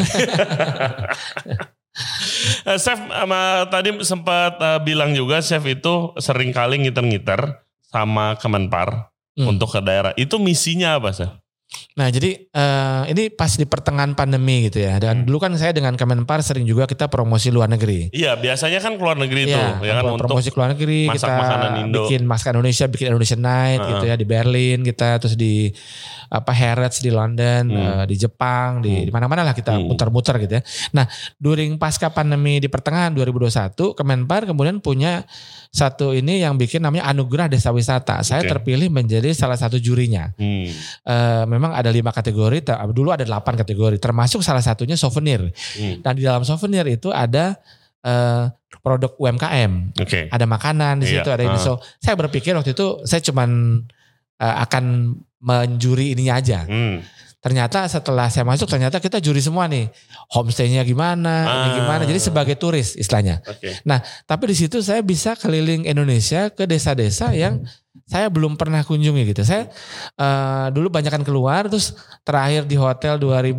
Chef tadi sempat bilang juga chef itu sering kali ngiter-ngiter sama Kemenpar. Untuk ke daerah. Itu misinya apa sih? Nah jadi ini pas di pertengahan pandemi gitu ya. Dan dulu kan saya dengan Kemenpar sering juga kita promosi luar negeri. Iya biasanya kan keluar negeri tuh. Ya kan, promosi untuk keluar negeri. masak Kita makanan Indo. bikin masakan Indonesia, bikin Indonesian Night gitu ya. Di Berlin kita, terus di Harrods di London, di Jepang, di mana-mana lah kita muter-muter gitu ya. Nah during pasca pandemi di pertengahan 2021, Kemenpar kemudian punya satu ini yang bikin namanya Anugerah Desa Wisata. Saya terpilih menjadi salah satu jurinya. Memang ada 5 kategori, dulu ada 8 kategori, termasuk salah satunya souvenir. Dan di dalam souvenir itu ada produk UMKM, ada makanan di situ, ada ini. So saya berpikir waktu itu saya cuman akan menjuri ininya aja. Ternyata setelah saya masuk, ternyata kita juri semua nih, homestay-nya gimana, ini gimana. Jadi sebagai turis istilahnya. Nah, tapi di situ saya bisa keliling Indonesia ke desa-desa yang saya belum pernah kunjungi gitu. Saya dulu banyakan keluar, terus terakhir di hotel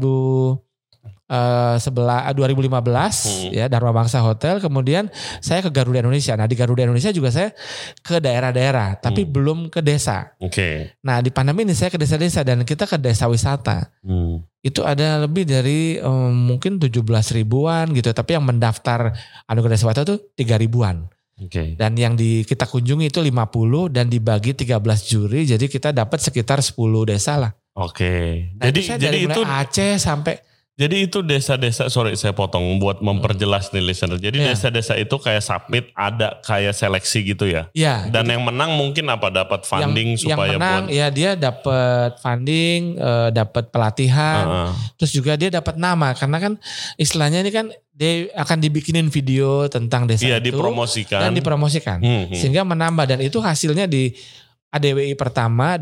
2015 ya, Dharma Bangsa Hotel. Kemudian saya ke Garuda Indonesia. Nah di Garuda Indonesia juga saya ke daerah-daerah, tapi belum ke desa. Nah di pandemi ini saya ke desa-desa dan kita ke desa wisata. Itu ada lebih dari mungkin 17 ribuan gitu. Tapi yang mendaftar Anugerah Desa Wisata itu 3 ribuan. Dan yang kita kunjungi itu 50 dan dibagi 13 juri. Jadi kita dapat sekitar 10 desa lah. Nah, jadi itu Aceh sampai. Jadi itu desa-desa, sorry saya potong buat memperjelas nih listener. Jadi desa-desa itu kayak submit, ada kayak seleksi gitu ya. Iya. Dan yang menang mungkin apa? Dapat funding supaya yang menang ya dia dapat funding, dapat pelatihan, terus juga dia dapat nama karena kan istilahnya ini kan dia akan dibikinin video tentang desa itu dipromosikan sehingga menambah, dan itu hasilnya di ADWI pertama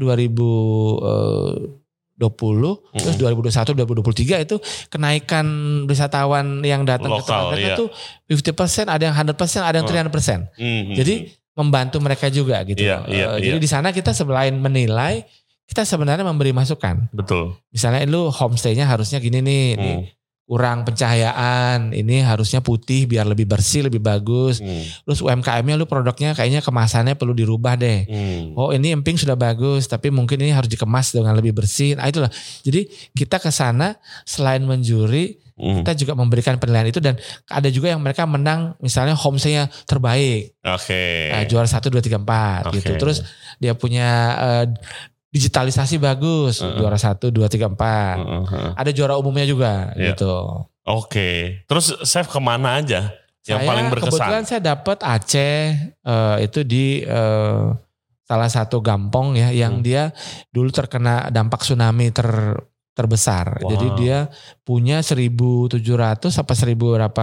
2020 terus 2021 2023 itu kenaikan wisatawan yang datang ke tempat mereka tuh 50%, ada yang 100%, ada yang 300%. Jadi membantu mereka juga gitu. Jadi di sana kita selain menilai, kita sebenarnya memberi masukan. Betul. Misalnya lu homestay-nya harusnya gini nih, kurang pencahayaan, ini harusnya putih biar lebih bersih, lebih bagus. Terus UMKM-nya lu produknya kayaknya kemasannya perlu dirubah deh. Oh ini emping sudah bagus, tapi mungkin ini harus dikemas dengan lebih bersih. Nah itulah. Jadi kita ke sana selain menjuri, kita juga memberikan penilaian itu, dan ada juga yang mereka menang misalnya homestay-nya terbaik. Juara 1, 2, 3, 4 gitu. Terus dia punya digitalisasi bagus, juara 1, 2, 3, 4. Ada juara umumnya juga gitu. Terus chef kemana aja yang paling berkesan? Kebetulan saya dapat Aceh, itu di salah satu gampong ya, yang dia dulu terkena dampak tsunami terbesar. Jadi dia punya 1.700 apa 1.000 berapa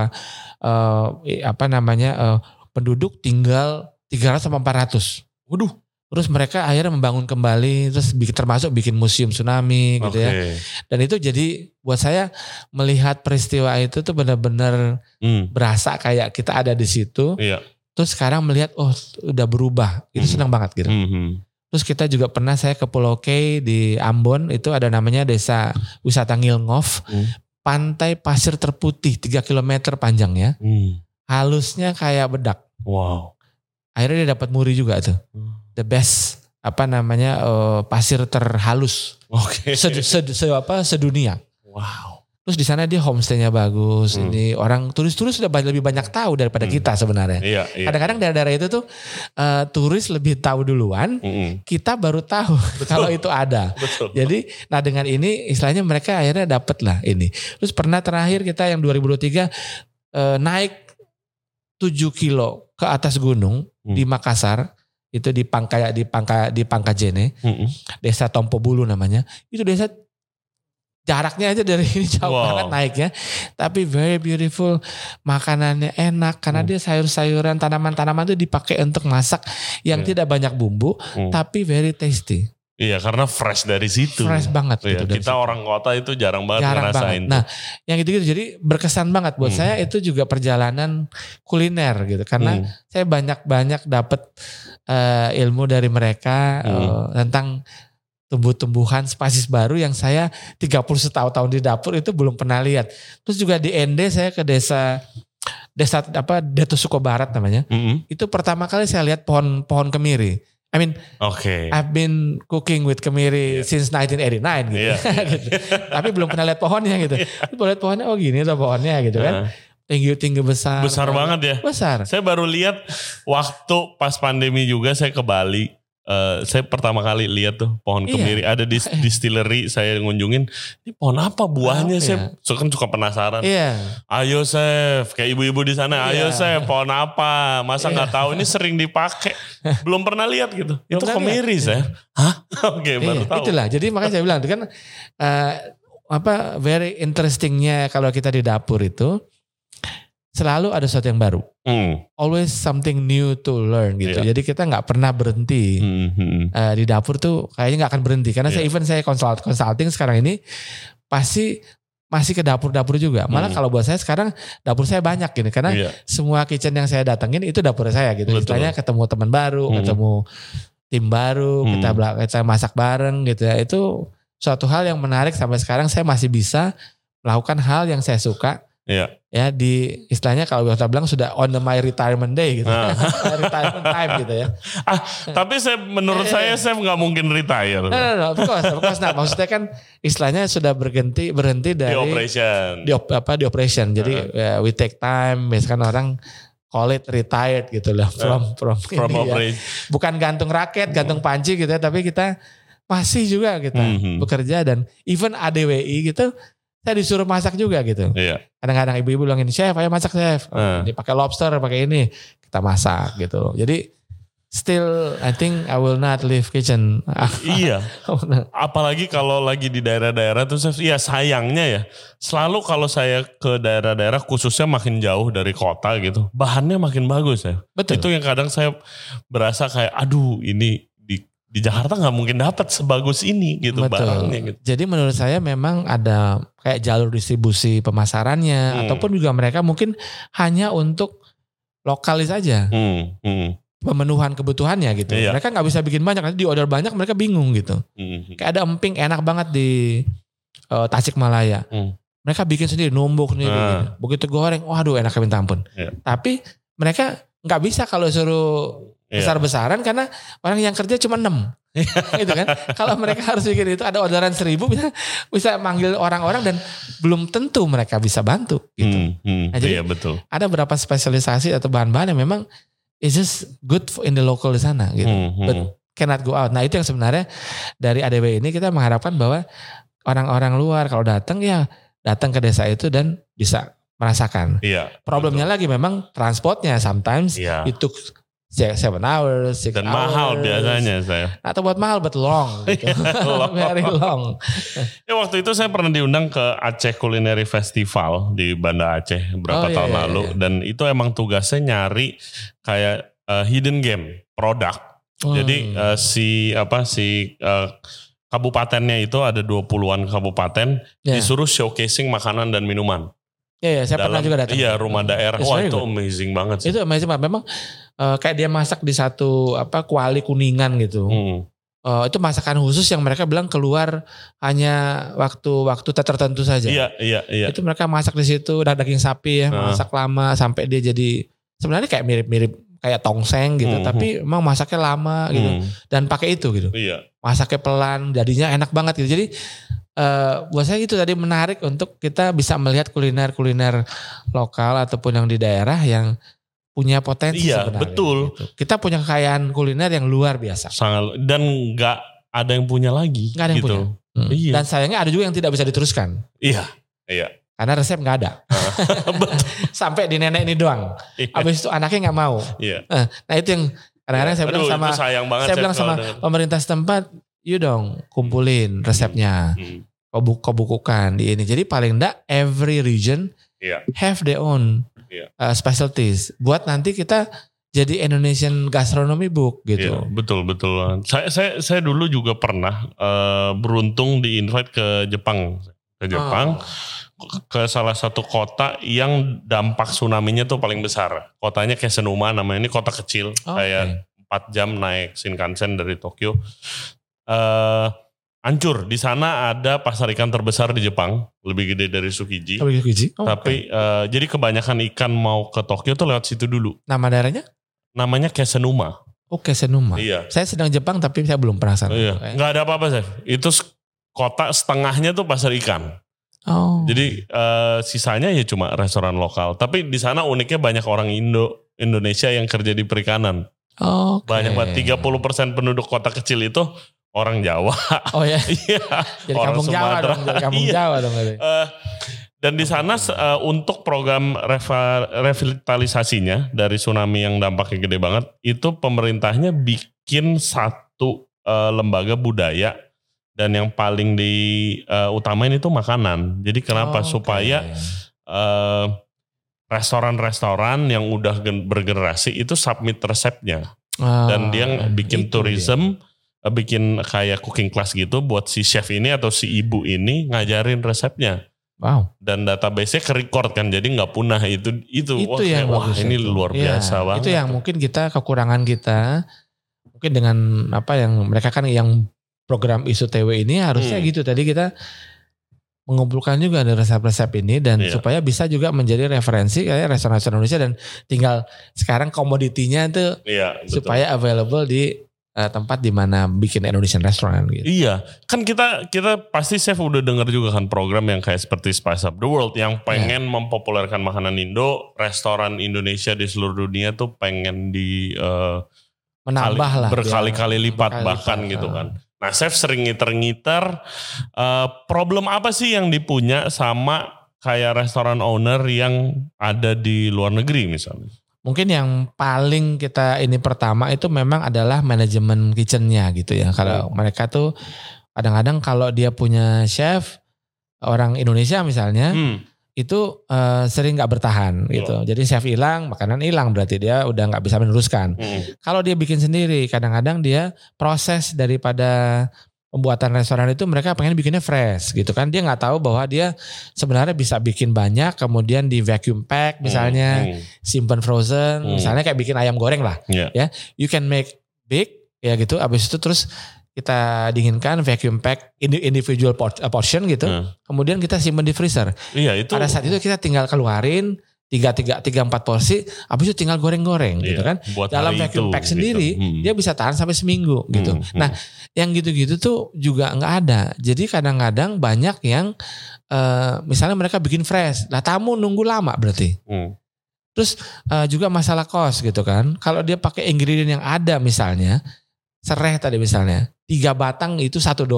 penduduk, tinggal 300 sampai 400. Terus mereka akhirnya membangun kembali, terus termasuk bikin museum tsunami gitu ya. Dan itu jadi buat saya melihat peristiwa itu tuh benar-benar berasa kayak kita ada di situ. Terus sekarang melihat udah berubah, itu senang banget gitu. Terus kita juga pernah saya ke Pulau K di Ambon, itu ada namanya Desa Wisata Ngilngof, pantai pasir terputih 3 km panjangnya, halusnya kayak bedak. Akhirnya dia dapat muri juga tuh. The best pasir terhalus sedunia. Terus di sana dia homestay-nya bagus. Ini orang turis-turis sudah lebih banyak tahu daripada kita sebenarnya. Kadang-kadang daerah-daerah itu tuh turis lebih tahu duluan. Kita baru tahu kalau itu ada. Jadi, nah dengan ini istilahnya mereka akhirnya dapat lah ini. Terus pernah terakhir kita yang 2023 naik 7 kilo ke atas gunung di Makassar. Itu di Pangkajene, Desa Tompo Bulu namanya. Itu desa jaraknya aja dari ini jauh banget naiknya, tapi very beautiful, makanannya enak karena dia sayur-sayuran, tanaman-tanaman itu dipakai untuk masak yang tidak banyak bumbu, tapi very tasty. Iya, karena fresh dari situ. Fresh banget gitu. Kita orang kota itu jarang banget ngerasain. Nah, yang gitu-gitu jadi berkesan banget buat saya. Itu juga perjalanan kuliner gitu. Karena saya banyak dapat ilmu dari mereka tentang tumbuh-tumbuhan spesies baru yang saya 31 tahun di dapur itu belum pernah lihat. Terus juga di Ende saya ke desa Detu Suko Barat namanya. Itu pertama kali saya lihat pohon kemiri. I've been cooking with kemiri since 1989 gitu. Gitu. Tapi belum pernah lihat pohonnya gitu. Boleh lihat pohonnya, oh gini tuh pohonnya gitu kan. Tinggi besar. Besar banget ya. Besar. Saya baru lihat waktu pas pandemi juga saya ke Bali. Saya pertama kali lihat tuh pohon kemiri ada di distillery saya ngunjungin. Ini pohon apa buahnya? Saya kan suka penasaran. Ayo chef, kayak ibu-ibu di sana. Ayo chef, pohon apa? Masa nggak tahu? Ini sering dipakai. Belum pernah lihat gitu. Itu kemiri chef. Hah? Oke, baru tahu. Itulah. Jadi makanya saya bilang itu kan very interestingnya kalau kita di dapur itu selalu ada sesuatu yang baru. Always something new to learn gitu. Jadi kita nggak pernah berhenti di dapur tuh kayaknya nggak akan berhenti. Karena saya consulting sekarang ini pasti masih ke dapur-dapur juga. Malah kalau buat saya sekarang dapur saya banyak gini. Karena semua kitchen yang saya datengin itu dapur saya gitu. Istilahnya ketemu teman baru, ketemu tim baru, kita masak bareng gitu ya. Itu suatu hal yang menarik sampai sekarang saya masih bisa melakukan hal yang saya suka. Ya di istilahnya kalau kita bilang sudah on my retirement day gitu. Retirement time gitu ya. Tapi menurut saya nggak mungkin retire. No, of course. Nah, maksudnya kan istilahnya sudah berhenti dari di operation. Jadi we take time, misalkan orang call it retired gitu lah from ini, ya. Bukan gantung raket, gantung panci gitu ya, tapi kita masih juga kita bekerja dan even ADWI gitu. Saya disuruh masak juga gitu. Kadang-kadang ibu-ibu bilangin, chef ayo masak chef. Ini pakai lobster, pakai ini. Kita masak gitu. Jadi still I think I will not leave kitchen. Iya. Apalagi kalau lagi di daerah-daerah tuh chef. Iya sayangnya ya. Selalu kalau saya ke daerah-daerah khususnya makin jauh dari kota gitu. Bahannya makin bagus ya. Betul. Itu yang kadang saya berasa kayak aduh ini di Jakarta nggak mungkin dapat sebagus ini gitu. Betul. Barangnya gitu. Jadi menurut saya memang ada kayak jalur distribusi pemasarannya ataupun juga mereka mungkin hanya untuk lokalis aja. Pemenuhan kebutuhannya gitu. Mereka nggak bisa bikin banyak, nanti di order banyak mereka bingung gitu. Kayak ada emping enak banget di Tasikmalaya. Mereka bikin sendiri, numbuk sendiri. Gitu. Begitu goreng, waduh enak minta ampun. Tapi mereka nggak bisa kalau suruh besar-besaran karena orang yang kerja cuma 6 gitu kan. Kalau mereka harus bikin itu ada orderan 1000 bisa manggil orang-orang dan belum tentu mereka bisa bantu gitu. Nah, jadi betul. Ada beberapa spesialisasi atau bahan-bahan yang memang is just good in the local di sana gitu. But cannot go out. Nah, itu yang sebenarnya dari ADW ini kita mengharapkan bahwa orang-orang luar kalau datang ke desa itu dan bisa merasakan. Problemnya lagi memang transportnya sometimes itu 7 hours, 6 dan hours. mahal biasanya saya. Atau buat mahal but long gitu. Very long. Waktu itu saya pernah diundang ke Aceh Culinary Festival di Banda Aceh beberapa tahun lalu. Dan itu emang tugasnya nyari kayak hidden game produk. Jadi kabupatennya itu ada 20-an kabupaten disuruh showcasing makanan dan minuman. Saya pernah juga datang. Rumah daerah. Wah itu amazing banget sih. Itu amazing banget. Memang kayak dia masak di satu kuali Kuningan gitu. Itu masakan khusus yang mereka bilang keluar hanya waktu tertentu saja. Iya. Itu mereka masak di situ, daging sapi ya, masak lama sampai dia jadi sebenarnya kayak mirip-mirip kayak tongseng gitu, tapi emang masaknya lama gitu dan pakai itu gitu. Masaknya pelan, jadinya enak banget gitu. Jadi buat saya itu tadi menarik untuk kita bisa melihat kuliner-kuliner lokal ataupun yang di daerah yang punya potensi sebenarnya. Betul. Gitu. Kita punya kekayaan kuliner yang luar biasa. Sangat, dan nggak ada yang punya lagi. Nggak ada yang punya. Dan sayangnya ada juga yang tidak bisa diteruskan. Iya. Karena resep nggak ada. Sampai di nenek ini doang. Habis itu anaknya nggak mau. Nah itu yang kadang-kadang saya bilang sama pemerintah setempat, yuk dong kumpulin resepnya. Kau bukukan di ini. Jadi paling enggak every region have their own specialties. Buat nanti kita jadi Indonesian Gastronomy Book gitu. Betul. Saya dulu juga pernah beruntung di-invite ke Jepang. Ke salah satu kota yang dampak tsunami-nya tuh paling besar. Kotanya Kesenuma namanya, ini kota kecil. Kayak 4 jam naik Shinkansen dari Tokyo. Hancur. Di sana ada pasar ikan terbesar di Jepang, lebih gede dari Tsukiji. Tapi jadi kebanyakan ikan mau ke Tokyo tuh lewat situ dulu. Nama daerahnya? Namanya Kesenuma. Oke, Senuma. Iya. Saya sedang Jepang tapi saya belum pernah sana. Iya. Nggak ada apa-apa, Chef. Itu kota setengahnya tuh pasar ikan. Oh. Jadi sisanya ya cuma restoran lokal. Tapi di sana uniknya banyak orang Indonesia yang kerja di perikanan. Oh. Banyak banget, 30% penduduk kota kecil itu orang Jawa. Oh ya. Iya. Jadi orang kampung Jawa Sumatera. dong. Jadi kampung Iya. Jawa dong. Dan di sana untuk program revitalisasinya dari tsunami yang dampaknya gede banget, itu pemerintahnya bikin satu lembaga budaya. Dan yang paling diutamain itu makanan. Jadi kenapa? Supaya restoran-restoran yang udah bergenerasi itu submit resepnya. Dan dia bikin tourism, bikin kayak cooking class gitu buat si chef ini atau si ibu ini ngajarin resepnya. Wow. Dan database-nya ke-record kan, jadi nggak punah itu wah, yang wah bagus ini itu. luar biasa banget. Itu yang mungkin kekurangan kita, mungkin dengan apa yang mereka kan yang program isu TW ini harusnya gitu. Tadi kita mengumpulkan juga ada resep-resep ini dan supaya bisa juga menjadi referensi kayak restoran-restoran Indonesia dan tinggal sekarang komoditinya itu supaya available di tempat di mana bikin Indonesian restaurant gitu. Iya, kan kita pasti chef udah dengar juga kan program yang kayak seperti Spice Up the World yang pengen mempopulerkan makanan Indo, restoran Indonesia di seluruh dunia tuh pengen menambah lah berkali-kali lipat bahkan gitu kan. Nah, chef sering ngiter-ngiter problem apa sih yang dipunya sama kayak restoran owner yang ada di luar negeri misalnya? Mungkin yang paling kita ini pertama itu memang adalah manajemen kitchennya gitu ya. Kalau mereka tuh kadang-kadang kalau dia punya chef orang Indonesia misalnya itu sering nggak bertahan gitu. Jadi chef hilang, makanan hilang berarti dia udah nggak bisa meneruskan. Kalau dia bikin sendiri, kadang-kadang dia proses daripada pembuatan restoran itu mereka pengen bikinnya fresh gitu kan. Dia nggak tahu bahwa dia sebenarnya bisa bikin banyak, kemudian di vacuum pack misalnya, simpan frozen, misalnya kayak bikin ayam goreng lah. Ya, you can make big ya gitu. Abis itu terus kita dinginkan, vacuum pack individual portion gitu. Kemudian kita simpan di freezer. Iya, itu. Pada saat itu kita tinggal keluarin 3-4 porsi, habis itu tinggal goreng-goreng gitu kan. Dalam vacuum pack sendiri dia bisa tahan sampai seminggu gitu. Nah, yang gitu-gitu tuh juga nggak ada. Jadi kadang-kadang banyak yang misalnya mereka bikin fresh, lah tamu nunggu lama berarti. Terus juga masalah cost gitu kan. Kalau dia pakai ingredient yang ada misalnya, serai tadi misalnya, 3 batang itu $1.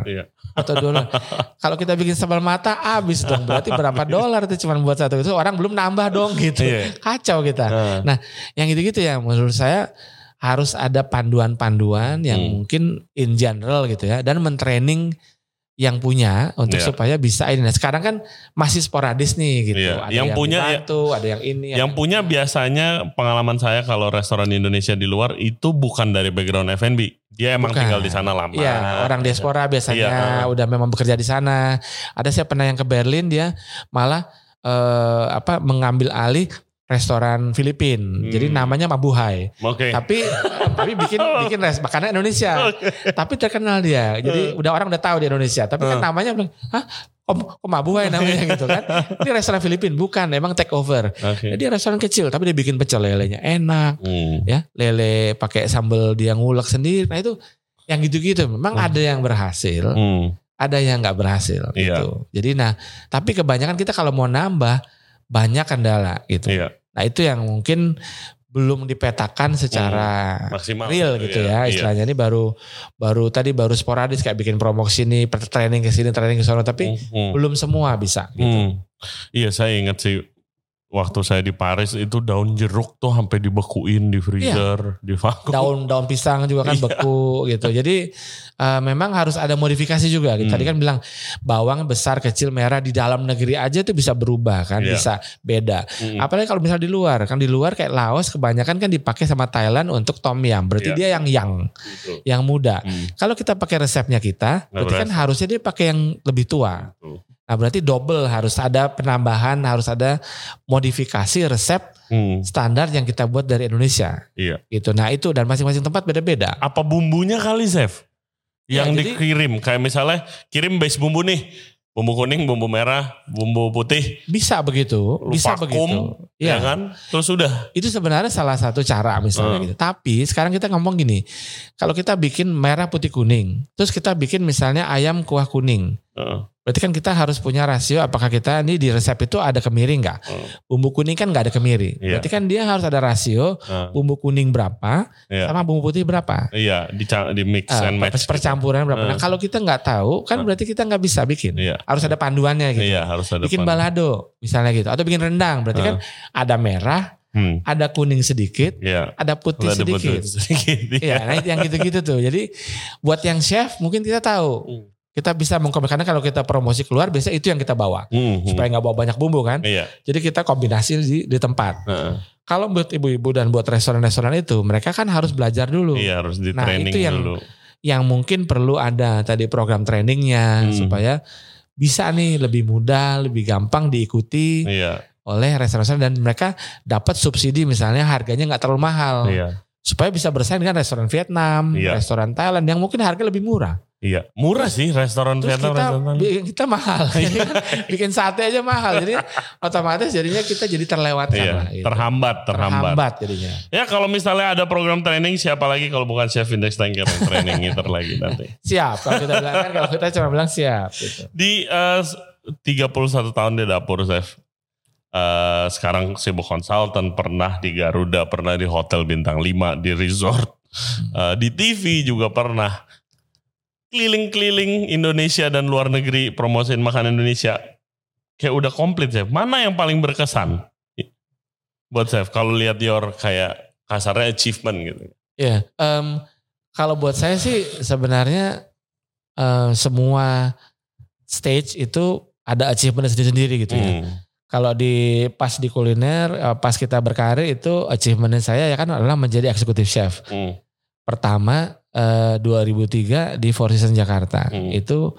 $1. Kalau kita bikin sambal mata habis dong. Berarti berapa dolar itu cuma buat satu itu, orang belum nambah dong gitu. Kacau kita. Nah, yang gitu-gitu ya menurut saya harus ada panduan-panduan yang mungkin in general gitu ya, dan mentraining yang punya untuk supaya bisa ini. Nah, sekarang kan masih sporadis nih gitu. Ada yang punya dibantu, ada yang ini. Yang punya biasanya pengalaman saya kalau restoran Indonesia di luar itu bukan dari background F&B. Dia emang tinggal di sana lama. Iya, orang diaspora biasanya udah memang bekerja di sana. Ada saya pernah yang ke Berlin, dia malah mengambil alih restoran Filipin. Jadi namanya Mabuhay. Tapi bikin makanan Indonesia. Tapi terkenal dia. Jadi orang udah tahu di Indonesia. Tapi kan namanya kok Mabuhay namanya gitu kan. Ini restoran Filipin, bukan, emang take over. Jadi restoran kecil tapi dia bikin pecel lelenya enak. Ya, lele pakai sambal dia ngulek sendiri. Nah, itu yang gitu-gitu. Memang ada yang berhasil. Ada yang nggak berhasil gitu. Jadi tapi kebanyakan kita kalau mau nambah banyak kendala gitu. Nah, itu yang mungkin belum dipetakan secara maksimal real gitu ya. Istilahnya ini baru sporadis kayak bikin promosi nih, training ke sini, training ke sana, tapi belum semua bisa gitu. Iya, saya ingat sih waktu saya di Paris itu daun jeruk tuh sampai dibekuin di freezer, di vakum. Daun pisang juga kan beku gitu. Jadi memang harus ada modifikasi juga. Tadi kan bilang bawang besar, kecil, merah di dalam negeri aja tuh bisa berubah kan, bisa beda. Apalagi kalau misalnya di luar, kan di luar kayak Laos kebanyakan kan dipakai sama Thailand untuk tom yum. Berarti dia yang muda. Kalau kita pakai resepnya kita, berarti kan harusnya dia pakai yang lebih tua. Nah, berarti double, harus ada penambahan, harus ada modifikasi resep standar yang kita buat dari Indonesia. Gitu. Nah, itu dan masing-masing tempat beda-beda. Apa bumbunya kali, chef? Yang dikirim, kayak misalnya kirim base bumbu nih, Bumbu kuning, bumbu merah, bumbu putih. Bisa begitu, bisa begitu. Ya kan? Terus udah. Itu sebenarnya salah satu cara misalnya gitu. Tapi sekarang kita ngomong gini, kalau kita bikin merah putih kuning, terus kita bikin misalnya ayam kuah kuning. Berarti kan kita harus punya rasio apakah kita ini di resep itu ada kemiri enggak. Bumbu kuning kan enggak ada kemiri. Berarti kan dia harus ada rasio bumbu kuning berapa sama bumbu putih berapa. Iya, di mix and match. Percampuran berapa. Nah kalau kita enggak tahu kan berarti kita enggak bisa bikin. Harus ada panduannya gitu. Iya, harus ada bikin balado misalnya gitu. Atau bikin rendang. Berarti kan ada merah, ada kuning sedikit, ada putih sedikit. Iya, nah yang gitu-gitu tuh. Jadi buat yang chef mungkin kita tahu. Kita bisa mengkombinasikan, karena kalau kita promosi keluar biasanya itu yang kita bawa. Supaya gak bawa banyak bumbu kan. Jadi kita kombinasi di tempat. Kalau buat ibu-ibu dan buat restoran-restoran itu mereka kan harus belajar dulu. Iya, harus di training dulu. Yang mungkin perlu ada tadi program trainingnya supaya bisa nih lebih mudah, lebih gampang diikuti oleh restoran-restoran dan mereka dapat subsidi misalnya harganya gak terlalu mahal. Supaya bisa bersaing dengan restoran Vietnam, restoran Thailand yang mungkin harga lebih murah. Iya, murah sih restoran Vietnam. Kita mahal. Bikin sate aja mahal. Jadi otomatis jadinya kita jadi terlewatkan lah. Gitu. Terhambat jadinya. Ya kalau misalnya ada program training siapa lagi kalau bukan Chef Index Tanker yang training ngiter lagi nanti. Siap. Kalau kita bilang kan kalau kita cuma bilang siap. Gitu. Di 31 tahun di dapur Chef. Sekarang sibuk konsultan, pernah di Garuda, pernah di hotel bintang 5, di resort, di TV juga pernah. Keliling-keliling Indonesia dan luar negeri promosiin makanan Indonesia. Kayak udah komplit Chef. Mana yang paling berkesan buat Chef kalau lihat your kayak kasarnya achievement gitu? Iya, kalau buat saya sih sebenarnya semua stage itu ada achievement sendiri-sendiri gitu ya. Kalau pas di kuliner, pas kita berkarir itu achievementnya saya ya kan adalah menjadi eksekutif chef. Pertama 2003 di Four Seasons Jakarta. Itu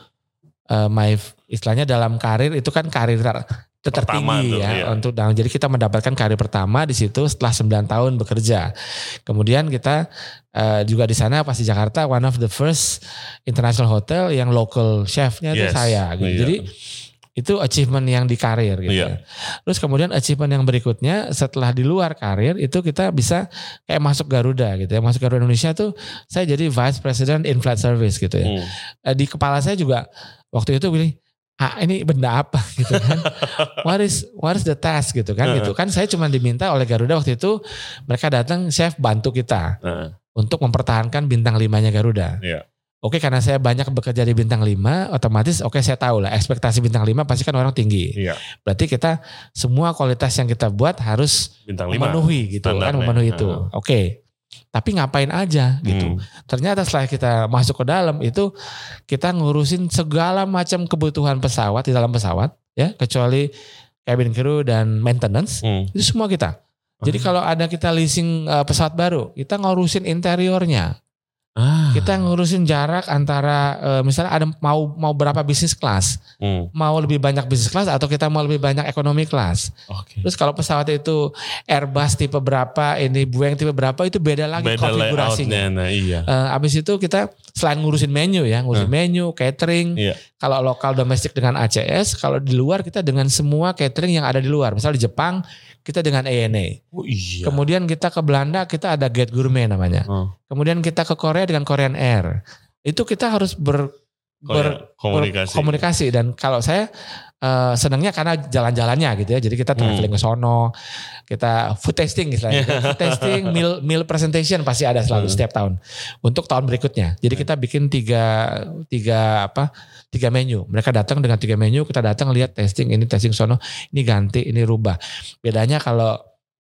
istilahnya dalam karir itu kan karir tertinggi ya untuk jadi kita mendapatkan karir pertama di situ setelah 9 tahun bekerja. Kemudian kita juga di sana pas di Jakarta one of the first international hotel yang local chefnya itu saya gitu. Jadi itu achievement yang di karir gitu. Terus kemudian achievement yang berikutnya setelah di luar karir itu kita bisa kayak masuk Garuda gitu ya. Masuk Garuda Indonesia tuh saya jadi Vice President in Flight Service gitu ya. Di kepala saya juga waktu itu pilih ini benda apa gitu kan. What is the task gitu kan gitu kan. Saya cuma diminta oleh Garuda waktu itu mereka datang chef bantu kita untuk mempertahankan bintang 5-nya Garuda. Oke, karena saya banyak bekerja di bintang 5, otomatis saya tahu lah ekspektasi bintang 5 pasti kan orang tinggi. Berarti kita semua kualitas yang kita buat harus bintang memenuhi gitu kan, memenuhi itu. Oke. Tapi ngapain aja gitu. Ternyata setelah kita masuk ke dalam itu kita ngurusin segala macam kebutuhan pesawat di dalam pesawat ya, kecuali cabin crew dan maintenance, itu semua kita. Jadi kalau ada kita leasing pesawat baru, kita ngurusin interiornya. Kita ngurusin jarak antara misalnya ada mau berapa bisnis kelas, mau lebih banyak bisnis kelas atau kita mau lebih banyak ekonomi kelas. Terus kalau pesawat itu Airbus tipe berapa, ini Boeing tipe berapa itu beda lagi konfigurasinya. Abis itu kita selain ngurusin menu ya, menu, catering. Kalau lokal domestik dengan ACS, kalau di luar kita dengan semua catering yang ada di luar. Misalnya di Jepang kita dengan ANA. Kemudian kita ke Belanda kita ada Gate Gourmet namanya. Kemudian kita ke Korea dengan Korean Air. Itu kita harus berkomunikasi. Dan kalau saya senangnya karena jalan-jalannya gitu ya. Jadi kita traveling ke sono, kita food tasting istilahnya. Food tasting, meal presentation pasti ada selalu setiap tahun. Untuk tahun berikutnya. Jadi kita bikin tiga menu. Mereka datang dengan 3 menu, kita datang lihat testing, ini testing sono, ini ganti, ini rubah. Bedanya kalau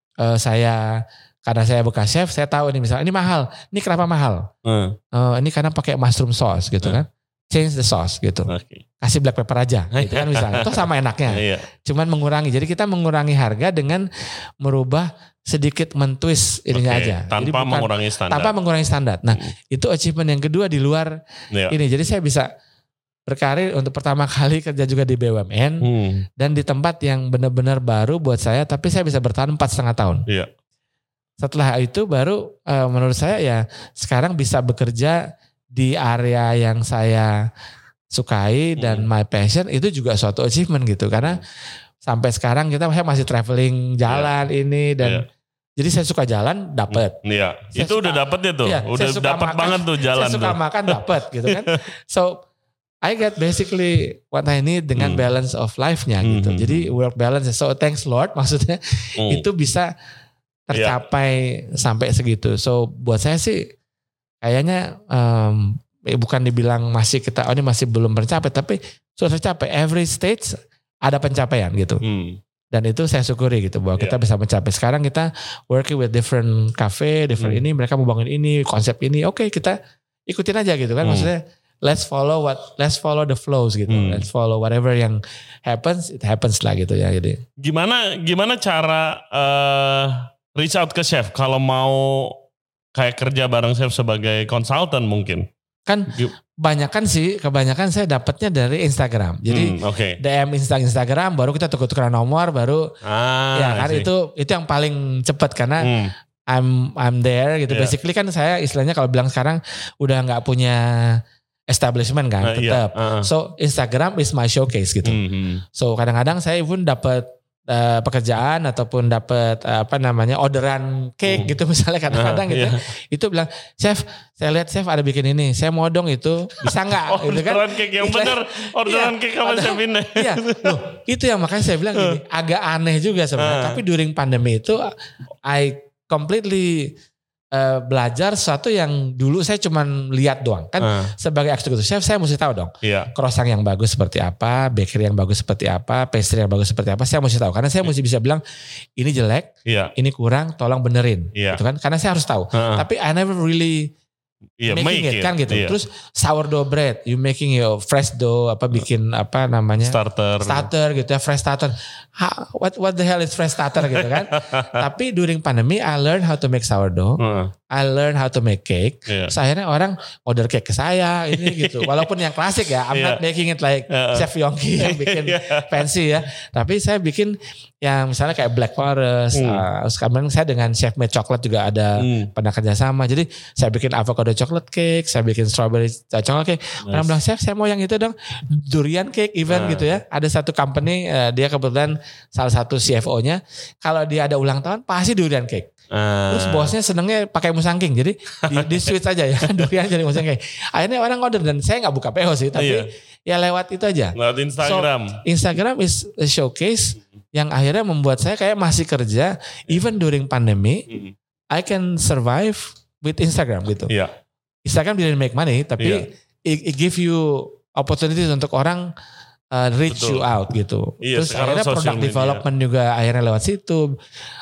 karena saya bekas chef, saya tahu ini misalnya ini mahal. Ini kenapa mahal? Ini karena pakai mushroom sauce gitu kan. Change the sauce gitu. Kasih black pepper aja gitu kan misalnya. Itu sama enaknya. Cuman mengurangi. Jadi kita mengurangi harga dengan merubah sedikit mentwist ininya aja. Tanpa mengurangi standar. Nah, itu achievement yang kedua di luar ini. Jadi saya bisa berkarir untuk pertama kali kerja juga di BUMN dan di tempat yang benar-benar baru buat saya, tapi saya bisa bertahan 4,5 tahun. Setelah itu baru menurut saya ya sekarang bisa bekerja di area yang saya sukai dan my passion itu juga suatu achievement gitu. Karena sampai sekarang saya masih traveling jalan ini dan jadi saya suka jalan dapat. Iya. Itu udah dapetnya tuh. Udah dapat banget tuh jalan. Saya suka makan dapat gitu kan. So I get basically what I need dengan balance of life-nya gitu. Jadi work balance. So thanks Lord maksudnya itu bisa tercapai sampai segitu. So buat saya sih kayaknya bukan dibilang masih ini masih belum tercapai, tapi sudah tercapai. Every stage ada pencapaian gitu. Dan itu saya syukuri gitu bahwa kita bisa mencapai. Sekarang kita working with different cafe, different ini, mereka mau bangun ini, konsep ini. Oke, kita ikutin aja gitu kan. Maksudnya let's follow the flows gitu. Let's follow whatever yang happens, it happens lah gitu ya. Jadi gimana cara reach out ke chef kalau mau kayak kerja bareng chef sebagai konsultan mungkin? Kan kebanyakan saya dapatnya dari Instagram. Jadi DM Instagram baru kita tukar-tukaran nomor baru kan itu yang paling cepat karena I'm there gitu. Basically kan saya istilahnya kalau bilang sekarang udah nggak punya establishment kan tetap. So Instagram is my showcase gitu. So kadang-kadang saya pun dapat pekerjaan ataupun dapat orderan cake gitu misalnya kadang-kadang gitu. Itu bilang, "Chef, saya lihat chef ada bikin ini. Saya mau dong itu. Bisa enggak?" gitu kan. Orderan cake yang benar. Orderan cake sama chef ini. Iya. Loh, itu yang makanya saya bilang gini, agak aneh juga sebenarnya. Tapi during pandemi itu I completely belajar sesuatu yang dulu saya cuma lihat doang kan. Sebagai eksekutif chef saya mesti tahu dong croissant yang bagus seperti apa, bakery yang bagus seperti apa, pastry yang bagus seperti apa, saya mesti tahu karena saya mesti bisa bilang ini jelek, ini kurang, tolong benerin gitu kan, karena saya harus tahu. Tapi I never really making it kan gitu. Terus sourdough bread, you making your fresh dough, bikin starter gitu ya, fresh starter. What the hell is fresh starter gitu kan? Tapi during pandemi I learned how to make sourdough. I learned how to make cake. So akhirnya orang order cake ke saya ini gitu. Walaupun yang klasik ya, I'm not making it like Chef Yongki yang bikin fancy ya. Tapi saya bikin yang misalnya kayak Black Forest. Sekarang saya dengan Chef Made Chocolate juga ada pernah kerjasama. Jadi saya bikin avocado chocolate cake, saya bikin strawberry chocolate cake. Orang bilang, "Chef, saya mau yang itu dong, durian cake even gitu ya." Ada satu company, dia kebetulan salah satu CFO-nya, kalau dia ada ulang tahun pasti durian cake. Terus bosnya senengnya pakai musangking, jadi di switch aja ya durian jadi musangking. Akhirnya orang order dan saya nggak buka PO sih, tapi ya lewat itu aja. Lewat Instagram. So, Instagram is a showcase yang akhirnya membuat saya kayak masih kerja, even during pandemi, I can survive with Instagram gitu. Instagram didn't make money, tapi it give you opportunities untuk orang reach you out gitu. Terus akhirnya product development juga akhirnya lewat situ.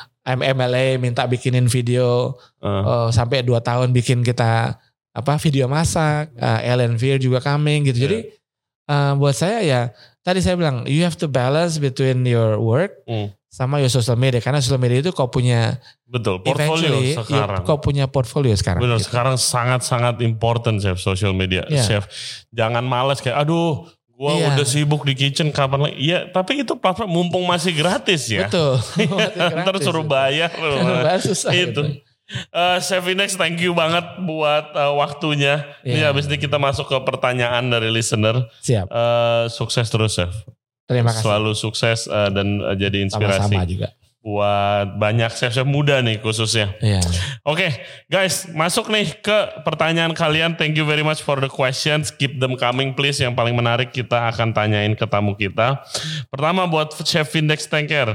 MLA minta bikinin video sampai 2 tahun bikin kita video masak. Ellen Veer juga coming gitu. Jadi buat saya ya tadi saya bilang you have to balance between your work sama your social media, karena social media itu kau punya portfolio sekarang. Kau punya portfolio sekarang. Benar, gitu. Sekarang sangat-sangat important chef social media. Chef jangan males kayak aduh gua udah sibuk di kitchen kapan lagi. Iya, tapi itu platform mumpung masih gratis ya. Betul. Ntar suruh bayar. Susah itu. Chef Index, thank you banget buat waktunya. Ini habis ini kita masuk ke pertanyaan dari listener. Siap. Sukses terus chef. Terima kasih. Selalu sukses dan jadi inspirasi. Sama-sama juga. Buat banyak chef-chef muda nih khususnya. Oke, guys, masuk nih ke pertanyaan kalian. Thank you very much for the questions. Keep them coming please. Yang paling menarik kita akan tanyain ke tamu kita. Pertama buat Chef Index Tanker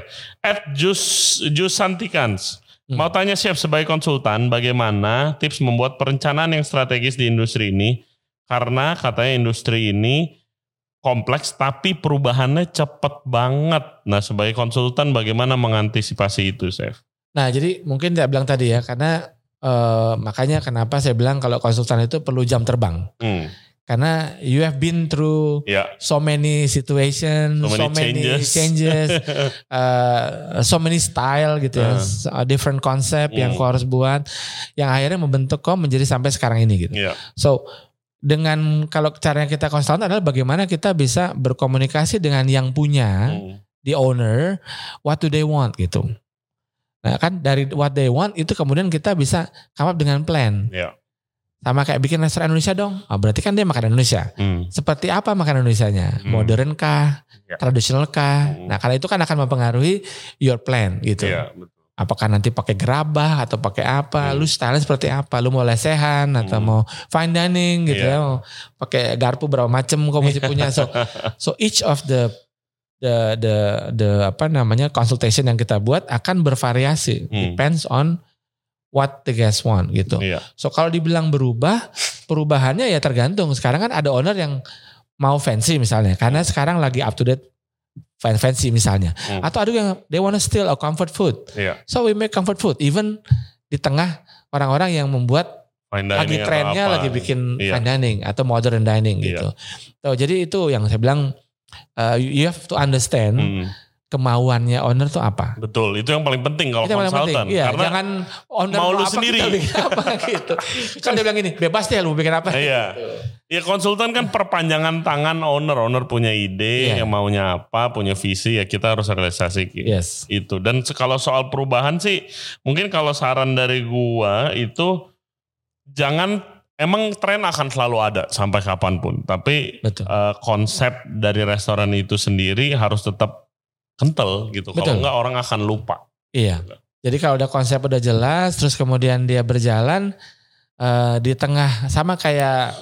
@Jusantikans. Mau tanya chef sebagai konsultan, bagaimana tips membuat perencanaan yang strategis di industri ini? Karena katanya industri ini kompleks tapi perubahannya cepat banget. Nah, sebagai konsultan bagaimana mengantisipasi itu, chef? Nah, jadi mungkin saya bilang tadi ya, karena makanya kenapa saya bilang kalau konsultan itu perlu jam terbang. Karena you have been through so many situations, so many changes, so many style gitu ya, different concept yang kau harus buat, yang akhirnya membentuk kau menjadi sampai sekarang ini gitu. So dengan kalau caranya kita konsultan adalah bagaimana kita bisa berkomunikasi dengan yang punya, the owner, what do they want gitu. Nah kan dari what they want itu kemudian kita bisa come up dengan plan. sama kayak bikin restoran Indonesia dong. Berarti kan dia makan Indonesia. Seperti apa makan Indonesianya? Modern kah? Tradisional kah? Nah, karena itu kan akan mempengaruhi your plan gitu. Betul. Apakah nanti pakai gerabah atau pakai apa? Lu style seperti apa? Lu mau lesehan atau mau fine dining gitu ya? Mau pakai garpu berapa macam kau mesti punya. So each of the apa namanya consultation yang kita buat akan bervariasi. Depends on what the guest want gitu. So kalau dibilang berubah, perubahannya ya tergantung. Sekarang kan ada owner yang mau fancy misalnya, karena sekarang lagi up to date fancy misalnya. Atau ada yang they wanna still a comfort food. So we make comfort food even di tengah orang-orang yang membuat lagi trennya lagi bikin fine dining atau modern dining gitu. So, jadi itu yang saya bilang you have to understand kemauannya owner tuh apa. Betul, itu yang paling penting kalau konsultan. Iya, karena jangan owner mau lu apa sendiri. kita bikin apa gitu. Kan dia bilang gini, bebas deh lu bikin apa. Iya. Ya konsultan kan perpanjangan tangan owner. Owner punya ide, yang maunya apa, punya visi, ya kita harus realisasi itu. Dan kalau soal perubahan sih, mungkin kalau saran dari gua itu emang tren akan selalu ada sampai kapanpun. Tapi konsep dari restoran itu sendiri harus tetap kental gitu. Kalau enggak orang akan lupa. Iya. Jadi kalau udah konsep udah jelas, terus kemudian dia berjalan di tengah sama kayak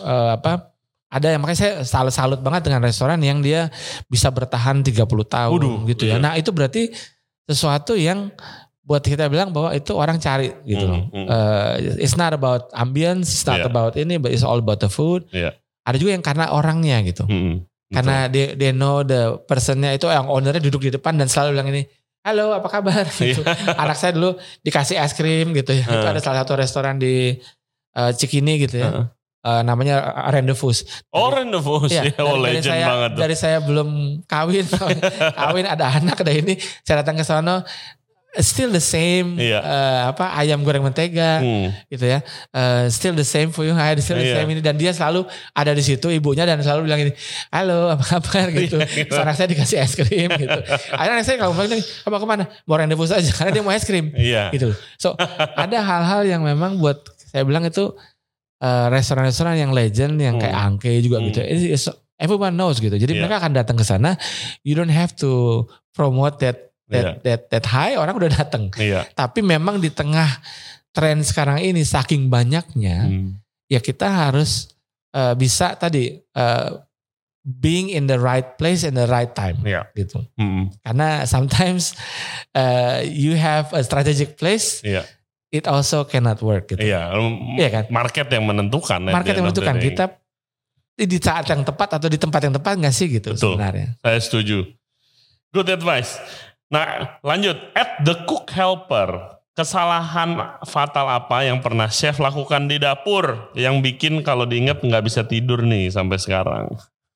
ada yang makanya saya salut banget dengan restoran yang dia bisa bertahan 30 tahun gitu ya. Nah itu berarti sesuatu yang buat kita bilang bahwa itu orang cari gitu loh. It's not about ambience, it's not about ini, but it's all about the food. Ada juga yang karena orangnya gitu. Karena they know the personnya itu yang ownernya duduk di depan dan selalu bilang ini, halo apa kabar gitu. Anak saya dulu dikasih es krim gitu ya. Itu ada salah satu restoran di Cikini gitu ya. Namanya Rendezvous. Rendezvous ya, legend banget. Dari saya belum kawin ada anak ada ini, saya datang ke sana still the same ayam goreng mentega gitu ya, still the same for you, still the same ini, dan dia selalu ada di situ ibunya dan selalu bilang ini, halo apa kabar gitu. So, anak saya dikasih es krim gitu. Akhirnya anak saya kalau bilang apa kemana, mau Rendezvous aja karena dia mau es krim gitu. So ada hal-hal yang memang buat saya bilang itu restoran-restoran yang legend yang kayak Angke juga gitu. Everyone knows gitu. Jadi mereka akan datang ke sana. You don't have to promote that high, orang udah datang. Tapi memang di tengah tren sekarang ini saking banyaknya, ya kita harus bisa tadi being in the right place in the right time gitu. Karena sometimes you have a strategic place. It also cannot work gitu. Iya kan? Market yang menentukan. Market yang menentukan. Kita di saat yang tepat atau di tempat yang tepat gak sih gitu. Betul. Sebenarnya. Saya setuju. Good advice. Nah lanjut. At the cook helper. Kesalahan fatal apa yang pernah chef lakukan di dapur yang bikin kalau diingat gak bisa tidur nih sampai sekarang?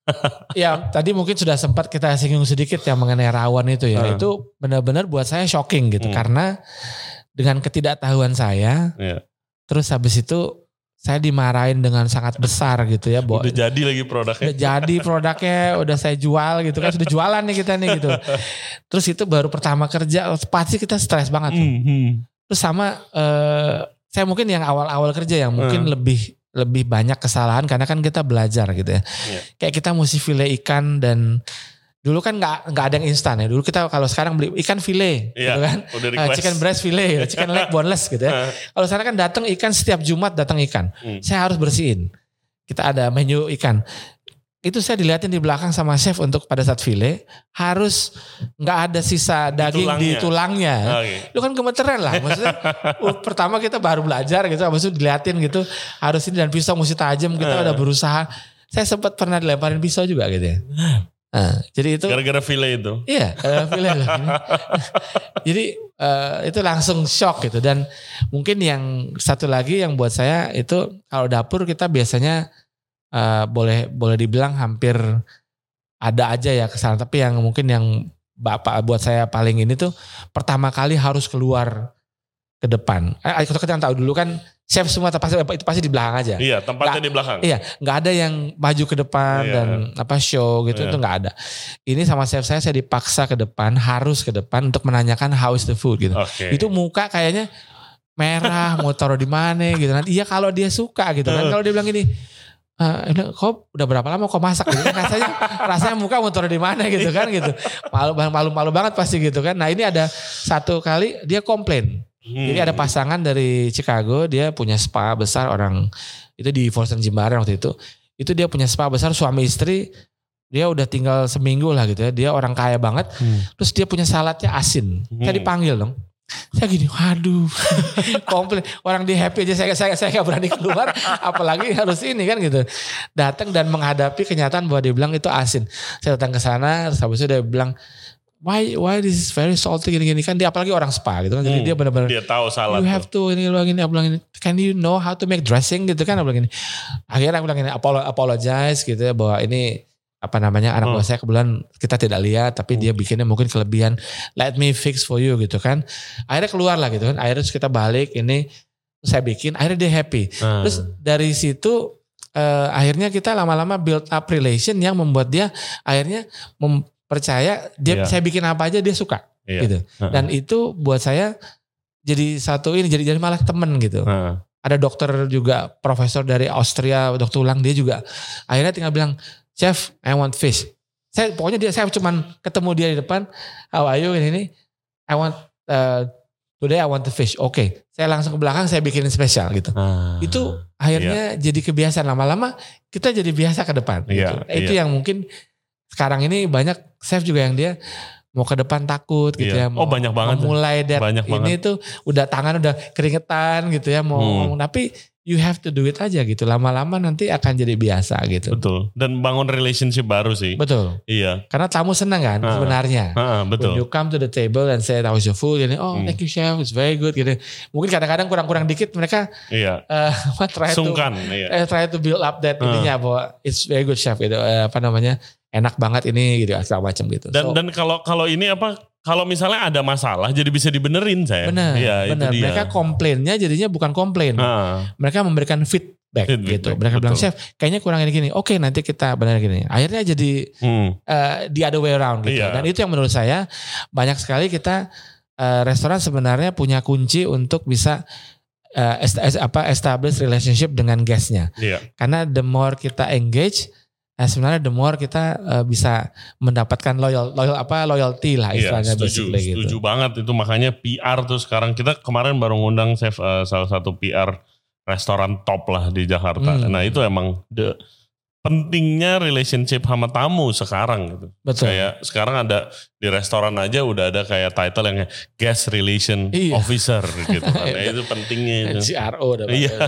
Ya tadi mungkin sudah sempat kita singgung sedikit ya mengenai rawon itu ya. Itu benar-benar buat saya shocking gitu. Karena dengan ketidaktahuan saya, terus habis itu saya dimarahin dengan sangat besar gitu ya. Udah jadi lagi produknya. Udah jadi produknya, udah saya jual gitu kan. Sudah jualan nih kita nih gitu. Terus itu baru pertama kerja, pasti kita stres banget tuh. Terus sama, saya mungkin yang awal-awal kerja yang mungkin lebih banyak kesalahan karena kan kita belajar gitu ya. Kayak kita mesti file ikan dan dulu kan nggak ada yang instan ya. Dulu kita kalau sekarang beli ikan file, gitu kan, chicken breast file, chicken leg boneless gitu ya. Kalau sana kan datang ikan setiap Jumat datang ikan. Saya harus bersihin. Kita ada menu ikan. Itu saya dilihatin di belakang sama chef untuk pada saat file harus nggak ada sisa daging di tulangnya. Itu kan gemeteran lah. Maksudnya pertama kita baru belajar gitu, habis itu dilihatin gitu harus ini dan pisau mesti tajam. Kita udah berusaha. Saya sempat pernah dilemparin pisau juga gitu ya. Nah, jadi itu gara-gara file itu. Iya, file lah. Jadi itu langsung shock gitu. Dan mungkin yang satu lagi yang buat saya itu kalau dapur kita biasanya boleh dibilang hampir ada aja ya kesalahan. Tapi yang mungkin yang buat saya paling ini tuh pertama kali harus keluar ke depan. Kita tahu dulu kan chef semua itu pasti di belakang aja. Iya, tempatnya di belakang. Iya, nggak ada yang maju ke depan dan show gitu, itu nggak ada. Ini sama chef saya dipaksa ke depan, harus ke depan untuk menanyakan how is the food gitu. Itu muka kayaknya merah, mau taruh di mana gitu kan. Iya kalau dia suka gitu kan. Kalau dia bilang gini, kok udah berapa lama kok masak gitu kan, rasanya muka mau taruh di mana gitu kan gitu. Malu banget pasti gitu kan. Nah ini ada satu kali dia komplain. Jadi ada pasangan dari Chicago, dia punya spa besar orang itu di Folsom Jimbaran waktu itu. Itu dia punya spa besar, suami istri, dia udah tinggal seminggu lah gitu ya. Dia orang kaya banget. Terus dia punya saladnya asin. Saya dipanggil dong. Saya gini, waduh, komplain. Orang di happy aja saya gak berani keluar, apalagi harus ini kan gitu. Datang dan menghadapi kenyataan bahwa dia bilang itu asin. Saya datang ke sana, terus habis itu dia bilang, why this is very salty gini-gini kan, dia apalagi orang spa gitu kan. Jadi dia benar-benar dia tahu salah. You have to ini aku bilang ini. Can you know how to make dressing gitu kan, aku bilang gini. Akhirnya aku bilang ini apologize gitu ya, bahwa ini anak buah saya kebetulan kita tidak lihat, tapi dia bikinnya mungkin kelebihan, let me fix for you gitu kan. Akhirnya keluar lah gitu kan, akhirnya terus kita balik ini, saya bikin, akhirnya dia happy. Terus dari situ akhirnya kita lama-lama build up relation yang membuat dia akhirnya percaya dia saya bikin apa aja dia suka gitu. Dan itu buat saya jadi satu ini, jadi malah temen gitu. Ada dokter juga, profesor dari Austria, dokter tulang, dia juga akhirnya tinggal bilang, Chef, I want fish. Saya cuman ketemu dia di depan, how are you ini, I want today I want the fish. Oke. Saya langsung ke belakang, saya bikinin spesial gitu. Itu akhirnya jadi kebiasaan, lama-lama kita jadi biasa ke depan. Gitu. Itu yang mungkin sekarang ini banyak chef juga yang dia mau ke depan takut gitu ya. Mau, banyak banget. Mulai dari ini tuh udah tangan udah keringetan gitu ya. Mau ngomong, tapi you have to do it aja gitu. Lama-lama nanti akan jadi biasa gitu. Betul. Dan bangun relationship baru sih. Betul. Iya. Karena tamu senang kan sebenarnya. Betul. When you come to the table and say how's your food, ini, thank you chef, it's very good gitu. Mungkin kadang-kadang kurang-kurang dikit mereka try to build up that ininya bahwa it's very good chef gitu. Enak banget ini gitu segala macam gitu. Dan kalau ini kalau misalnya ada masalah jadi bisa dibenerin saya. Benar. Mereka komplainnya jadinya bukan komplain. Mereka memberikan feedback gitu. Mereka bilang, chef kayaknya kurang ini gini. Oke, nanti kita benar gini. Akhirnya jadi the other way around gitu. Dan itu yang menurut saya banyak sekali kita restoran sebenarnya punya kunci untuk bisa establish relationship dengan guestnya. Karena the more kita engage, sebenarnya the more kita bisa mendapatkan loyalty lah istilahnya. Setuju banget itu, makanya PR tuh sekarang kita kemarin baru ngundang chef salah satu PR restoran top lah di Jakarta. Nah itu emang pentingnya relationship sama tamu sekarang gitu. Betul. Kayak sekarang ada di restoran aja udah ada kayak title yang guest relation officer gitu. Nah itu pentingnya. CRO gitu.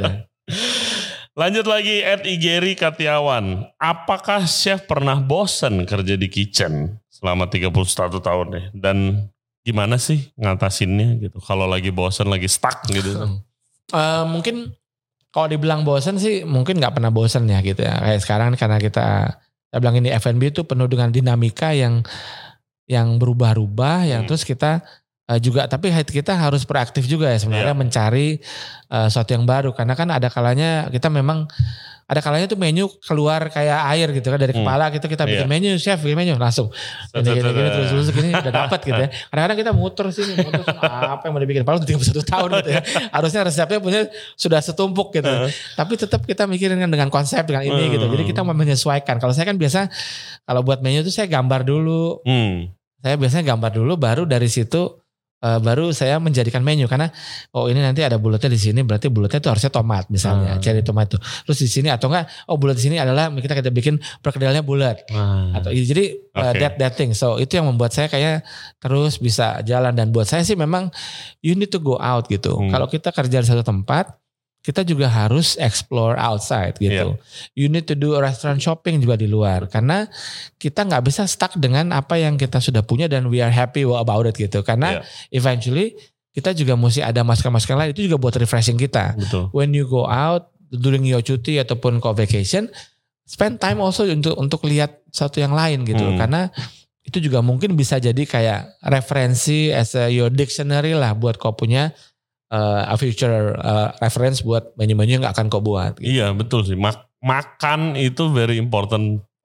Lanjut lagi @Igeri Katiawan. Apakah chef pernah bosan kerja di kitchen selama 31 tahun nih? Dan gimana sih ngatasinnya gitu? Kalau lagi bosan, lagi stuck gitu. Mungkin kalau dibilang bosan sih mungkin gak pernah bosan ya gitu ya. Kayak sekarang karena kita bilang ini F&B itu penuh dengan dinamika yang berubah-ubah, yang terus kita juga, tapi kita harus proaktif juga ya sebenarnya mencari sesuatu yang baru, karena kan ada kalanya kita memang tuh menu keluar kayak air gitu kan dari kepala kita bikin menu, chef bikin menu langsung gini terus gini udah dapat gitu ya. Kadang-kadang kita muter apa yang mau dibikin, padahal udah 31 tahun gitu ya. Harusnya resepnya punya sudah setumpuk gitu. Tapi tetap kita mikirin dengan konsep dengan ini gitu. Jadi kita mau menyesuaikan. Kalau saya kan biasa kalau buat menu tuh saya gambar dulu. Saya biasanya gambar dulu, baru dari situ baru saya menjadikan menu, karena ini nanti ada bulatnya di sini, berarti bulatnya itu harusnya tomat misalnya, cherry tomato. Terus di sini atau enggak, bulat di sini adalah kita bikin perkedelnya bulat. Atau jadi that thing. So itu yang membuat saya kayak terus bisa jalan, dan buat saya sih memang you need to go out gitu. Kalau kita kerja di satu tempat, kita juga harus explore outside gitu. You need to do restaurant shopping juga di luar, karena kita nggak bisa stuck dengan apa yang kita sudah punya dan we are happy about it gitu. Karena eventually kita juga mesti ada masukan-masukan lain, itu juga buat refreshing kita. Betul. When you go out during your cuti ataupun co-vacation, spend time also untuk lihat satu yang lain gitu. Karena itu juga mungkin bisa jadi kayak referensi as your dictionary lah buat kau punya a future reference buat menu-menu yang gak akan kau buat. Gitu. Iya betul sih. Makan itu very important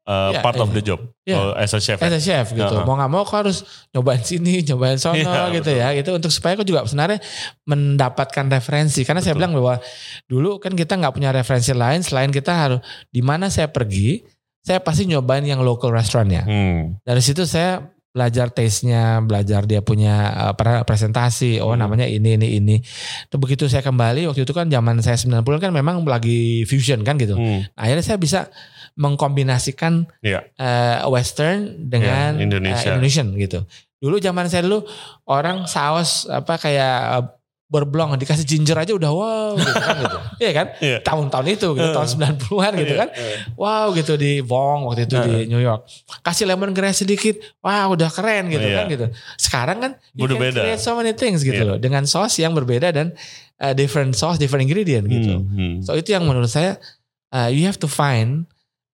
part of the job as a chef. As a chef gitu. Mau gak mau kau harus nyobain sini, nyobain sono gitu betul. Ya. Gitu untuk supaya kau juga sebenarnya mendapatkan referensi. Karena betul. Saya bilang bahwa dulu kan kita gak punya referensi lain selain kita harus di mana saya pergi, saya pasti nyobain yang local restaurantnya. Dari situ saya belajar taste-nya, belajar dia punya presentasi, namanya ini. Terus begitu saya kembali, waktu itu kan zaman saya 90 kan memang lagi fusion kan gitu. Akhirnya saya bisa mengkombinasikan Western dengan Indonesian gitu. Dulu zaman saya dulu orang saus kayak berblong dikasih ginger aja udah wow gitu kan gitu. Iya kan? Tahun-tahun itu gitu, tahun 90-an gitu kan. Wow gitu di Wong waktu itu di New York. Kasih lemongrass sedikit, wow udah keren gitu kan gitu. Sekarang kan you can create so many things gitu loh. Dengan sauce yang berbeda dan different sauce, different ingredient gitu. So itu yang menurut saya you have to find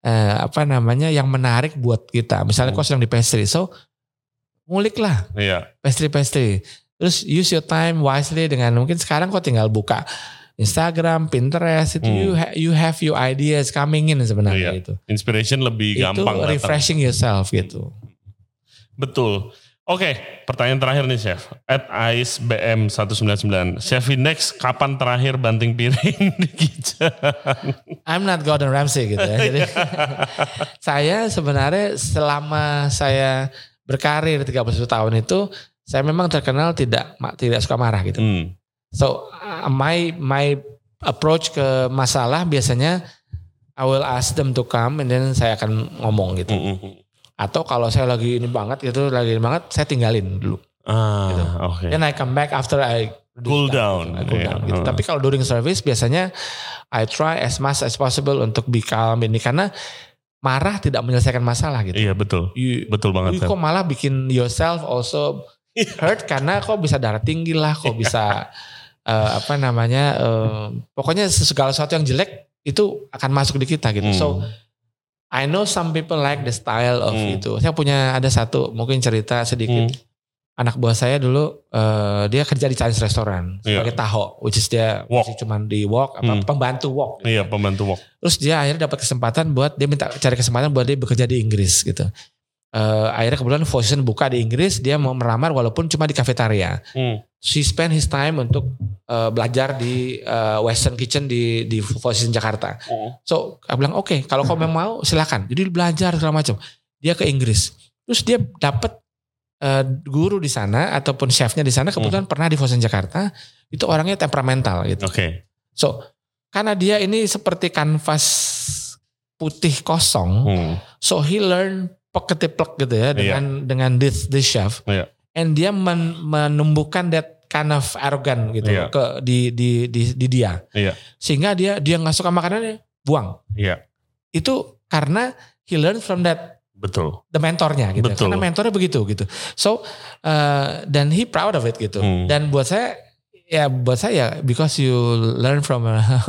yang menarik buat kita. Misalnya kau sedang di pastry, so ngulik lah pastry. Terus use your time wisely dengan mungkin sekarang kau tinggal buka Instagram, Pinterest itu you have your ideas coming in sebenarnya itu. Inspiration lebih gampang. Itu refreshing yourself gitu. Betul. Oke, pertanyaan terakhir nih Chef. @aisbm199. Chef Index kapan terakhir banting piring di kitchen? I'm not Gordon Ramsay gitu ya. Jadi saya sebenarnya selama saya berkarir 31 tahun itu saya memang terkenal tidak suka marah gitu. So my approach ke masalah biasanya I will ask them to come and then saya akan ngomong gitu. Atau kalau saya lagi ini banget saya tinggalin dulu. Gitu. Okay. Then I come back after I cool down. Gitu. Tapi kalau during service biasanya I try as much as possible untuk be calm ini karena marah tidak menyelesaikan masalah gitu. Iya betul. Betul banget. Kok malah bikin yourself also hurt karena kok bisa darah tinggi lah, kok bisa pokoknya segala sesuatu yang jelek itu akan masuk di kita gitu. So I know some people like the style of itu. Saya ada satu mungkin cerita sedikit. Anak buah saya dulu dia kerja di Chinese restaurant sebagai taho, which is dia cuma di wok pembantu wok. Iya, pembantu wok. Terus dia akhirnya dapat kesempatan dia cari kesempatan buat dia bekerja di Inggris gitu. Akhirnya kebetulan position buka di Inggris, dia mau melamar walaupun cuma di kafetaria. She spend his time untuk belajar di Western Kitchen di position Jakarta. So aku bilang oke, kalau kau memang mau silakan. Jadi belajar segala macam. Dia ke Inggris. Terus dia dapat guru di sana ataupun chefnya di sana kebetulan pernah di Position Jakarta. Itu orangnya temperamental gitu. So karena dia ini seperti kanvas putih kosong. So he learn plek gitu ya dengan this chef, and dia menumbuhkan that kind of arrogant gitu di dia, sehingga dia nggak suka makanannya buang. Itu karena he learn from that. Betul. The mentornya gitu, karena mentornya begitu gitu. So dan he proud of it gitu. Dan buat saya because you learn from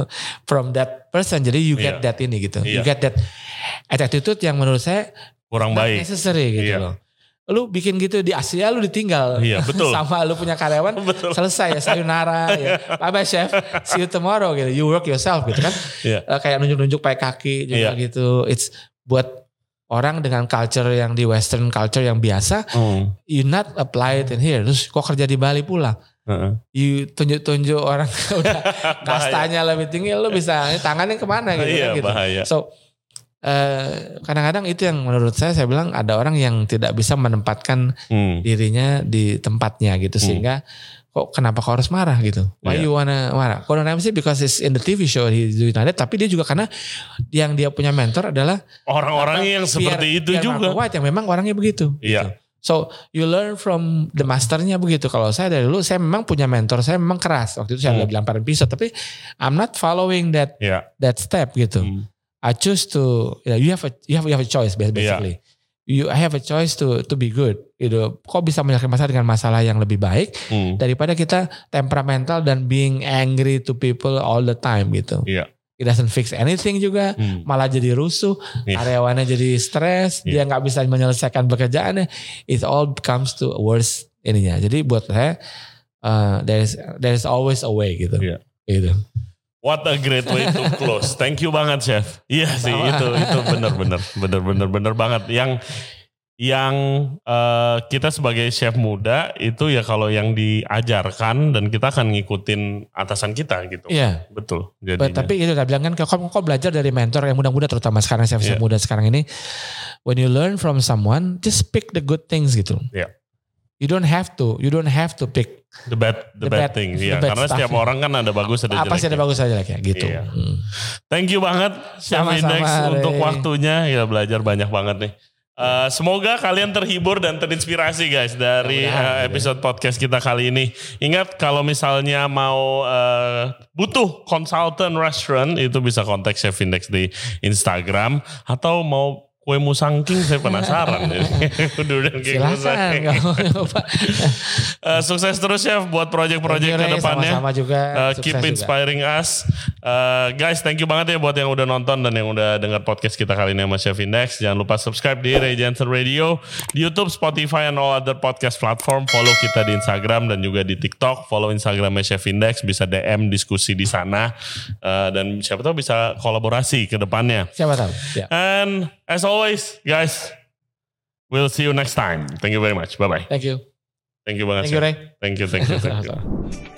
that person, jadi you get that ini gitu, you get that attitude yang menurut saya kurang baik, necessary gitu loh. Lu bikin gitu di Asia, lu ditinggal sama lu punya karyawan, selesai ya, sayonara ya, bye bye chef, see you tomorrow gitu, you work yourself gitu kan. Kayak nunjuk-nunjuk pakai kaki juga gitu. It's buat orang dengan culture yang di Western culture yang biasa, you not apply it in here. Terus kok kerja di Bali pula, you tunjuk-tunjuk orang udah kastanya lebih tinggi, lu bisa tangannya kemana gitu kan gitu. Bahaya. So kadang-kadang itu yang menurut saya bilang ada orang yang tidak bisa menempatkan dirinya di tempatnya gitu, sehingga kenapa kau harus marah gitu? Why you wanna marah? Gordon Ramsay because it's in the TV show he's doing that, tapi dia juga karena yang dia punya mentor adalah orang-orang yang seperti itu juga. White yang memang orangnya begitu. Gitu. So you learn from the masternya begitu. Kalau saya dari dulu saya memang punya mentor, saya memang keras. Waktu itu saya bilang pada episode, tapi I'm not following that step gitu. I choose to, you have a choice basically. I have a choice to be good. Gitu. Kok bisa menyelesaikan masalah dengan masalah yang lebih baik daripada kita temperamental dan being angry to people all the time gitu. It doesn't fix anything juga, malah jadi rusuh, karyawannya jadi stres, dia nggak bisa menyelesaikan pekerjaannya. It all comes to worse ininya. Jadi buat saya there is always a way gitu. Gitu. What a great way to close. Thank you banget, Chef. Iya sih, itu bener banget. Yang kita sebagai chef muda itu ya kalau yang diajarkan dan kita akan ngikutin atasan kita gitu. Iya. Betul. Tapi itu udah bilang kan kok belajar dari mentor yang muda-muda terutama sekarang chef muda sekarang ini. When you learn from someone, just pick the good things gitu. Iya. You don't have to pick the bad thing. Iya, karena setiap orang kan ada bagus ada jelek. Pasti ada bagus aja kayak gitu. Iya. Thank you banget Chef Index untuk waktunya. Ya belajar banyak banget nih. Semoga kalian terhibur dan terinspirasi guys dari episode podcast kita kali ini. Ingat kalau misalnya mau butuh konsultan restaurant itu bisa kontak Chef Index di Instagram atau mau kue musang king saya penasaran. Silakan. Sukses terus Chef buat project-project ke depannya. Sama-sama juga. Keep inspiring us. Guys, thank you banget ya buat yang udah nonton dan yang udah dengar podcast kita kali ini sama Chef Index. Jangan lupa subscribe di Ray Jensen Radio, di YouTube, Spotify, and all other podcast platform. Follow kita di Instagram dan juga di TikTok. Follow Instagramnya Chef Index, bisa DM diskusi di sana. Dan siapa tahu bisa kolaborasi ke depannya. Siapa tahu. Yeah. And as always, guys, we'll see you next time. Thank you very much. Bye-bye. Thank you. Thank you banget. Thank you, Ray. Thank you.